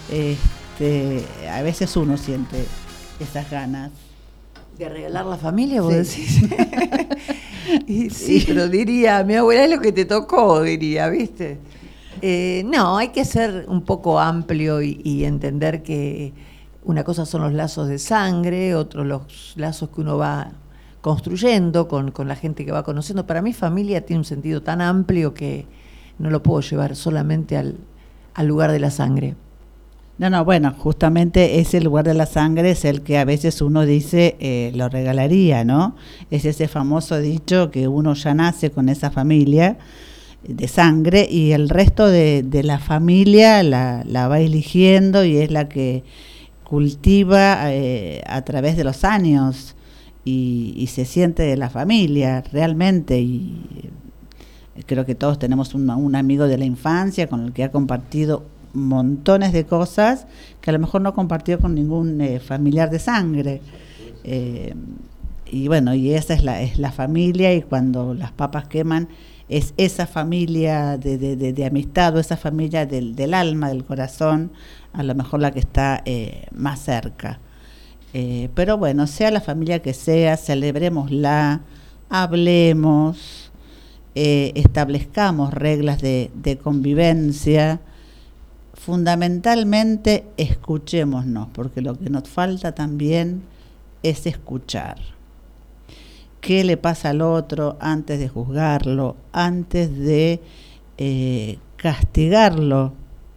A veces uno siente esas ganas. ¿De regalar la familia, vos Sí. decís? Y sí, pero diría, mi abuela es lo que te tocó, diría, ¿viste? No, hay que ser un poco amplio y entender que una cosa son los lazos de sangre, otros los lazos que uno va construyendo con la gente que va conociendo. Para mí familia tiene un sentido tan amplio que no lo puedo llevar solamente al lugar de la sangre. No, bueno, justamente ese lugar de la sangre es el que a veces uno dice lo regalaría, ¿no? Es ese famoso dicho que uno ya nace con esa familia de sangre y el resto de la familia la va eligiendo y es la que cultiva a través de los años y se siente de la familia realmente. Y creo que todos tenemos un amigo de la infancia con el que ha compartido montones de cosas que a lo mejor no compartió con ningún familiar de sangre. Y bueno, y esa es la familia, y cuando las papas queman es esa familia de amistad, o esa familia del alma, del corazón, a lo mejor la que está más cerca. Pero bueno, sea la familia que sea, celebrémosla, hablemos, establezcamos reglas de convivencia. Fundamentalmente escuchémonos, porque lo que nos falta también es escuchar. ¿Qué le pasa al otro antes de juzgarlo, antes de castigarlo?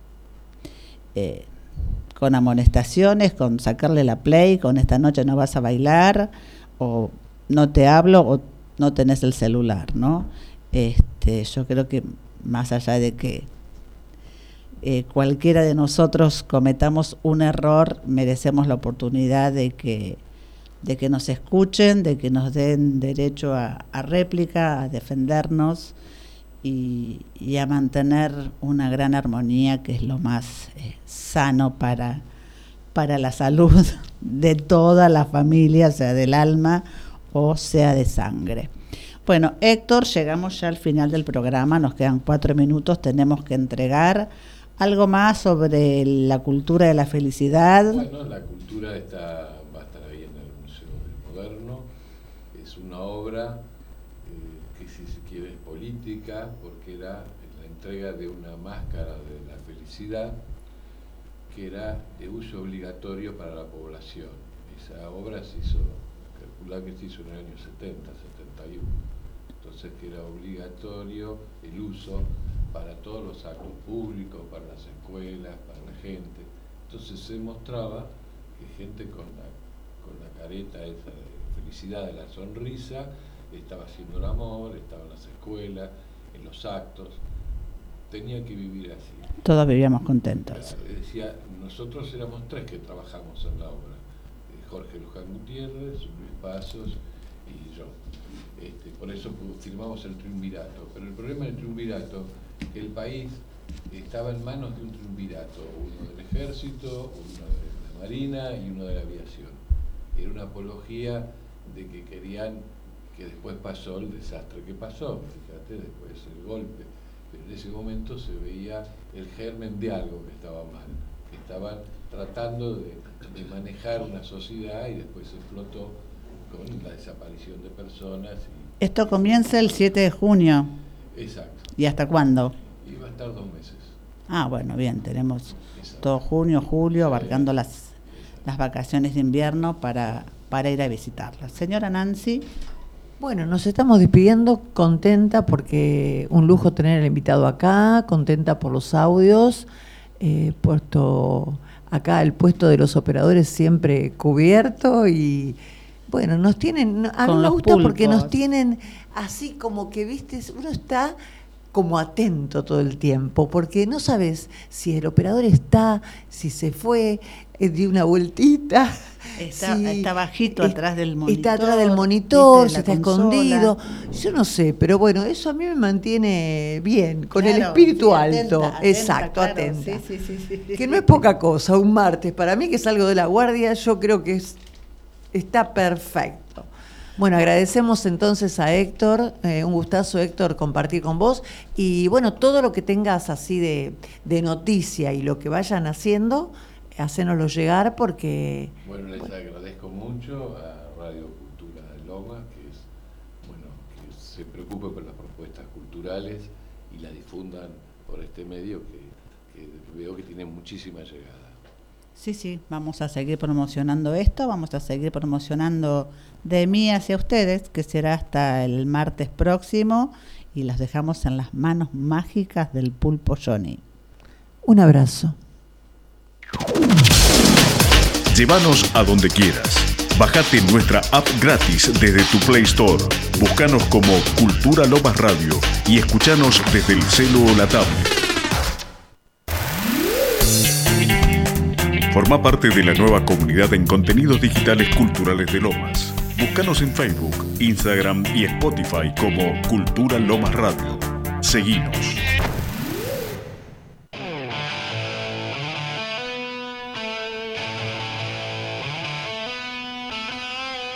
Con amonestaciones, con sacarle la play, con esta noche no vas a bailar, o no te hablo, o no tenés el celular, ¿no? Yo creo que más allá de que cualquiera de nosotros cometamos un error, merecemos la oportunidad de que nos escuchen, de que nos den derecho a réplica, a defendernos y a mantener una gran armonía, que es lo más sano para la salud de toda la familia, sea del alma o sea de sangre. Bueno, Héctor, llegamos ya al final del programa, nos quedan 4 minutos, tenemos que entregar algo más sobre la cultura de la felicidad. Bueno, la cultura va a estar ahí en el Museo del Moderno. Es una obra que, si se quiere, es política, porque era la entrega de una máscara de la felicidad que era de uso obligatorio para la población. Esa obra se hizo, calcular que se hizo en el año 70, 71. Entonces, que era obligatorio el uso para todos los actos públicos, para las escuelas, para la gente. Entonces se mostraba que gente con la careta esa de felicidad, de la sonrisa, estaba haciendo el amor, estaba en las escuelas, en los actos, tenía que vivir así. Todos vivíamos contentos. Claro, decía, nosotros éramos 3 que trabajamos en la obra, Jorge Luján Gutiérrez, Luis Pasos y yo. Por eso firmamos el triunvirato. Pero el problema del triunvirato es que el país estaba en manos de un triunvirato, uno del ejército, uno de la marina y uno de la aviación. Era una apología de que querían que después pasó el desastre que pasó, fíjate, después el golpe. Pero en ese momento se veía el germen de algo que estaba mal, que estaban tratando de manejar una sociedad y después explotó con la desaparición de personas. Esto comienza el 7 de junio. Exacto. ¿Y hasta cuándo? Y va a estar 2 meses. Ah, bueno, bien, tenemos todo junio, julio, abarcando las vacaciones de invierno para ir a visitarla. Señora Nancy. Bueno, nos estamos despidiendo, contenta porque un lujo tener el invitado acá, contenta por los audios, puesto acá el puesto de los operadores siempre cubierto y bueno, nos tienen, a mí me gusta porque nos tienen así como que, viste, uno está como atento todo el tiempo, porque no sabes si el operador está, si se fue, dio una vueltita. Está bajito atrás del monitor. Está atrás del monitor, si está escondido. Yo no sé, pero bueno, eso a mí me mantiene bien, con el espíritu alto. Atenta, exacto, claro, atenta. Sí. Que no es poca cosa, un martes. Para mí que salgo de la guardia, yo creo que está perfecto. Bueno, agradecemos entonces a Héctor, un gustazo Héctor compartir con vos y bueno, todo lo que tengas así de noticia y lo que vayan haciendo, hacénoslo llegar porque... Bueno, les agradezco mucho a Radio Cultura de Lomas, que se preocupe por las propuestas culturales y las difundan por este medio que veo que tiene muchísima llegada. Sí, vamos a seguir promocionando esto, vamos a seguir promocionando De mí hacia ustedes, que será hasta el martes próximo, y los dejamos en las manos mágicas del Pulpo Johnny. Un abrazo. Llévanos a donde quieras. Bájate nuestra app gratis desde tu Play Store. Búscanos como Cultura Lomas Radio y escuchanos desde el celu o la tablet. Forma parte de la nueva comunidad en contenidos digitales culturales de Lomas. Búscanos en Facebook, Instagram y Spotify como Cultura Lomas Radio. Seguinos.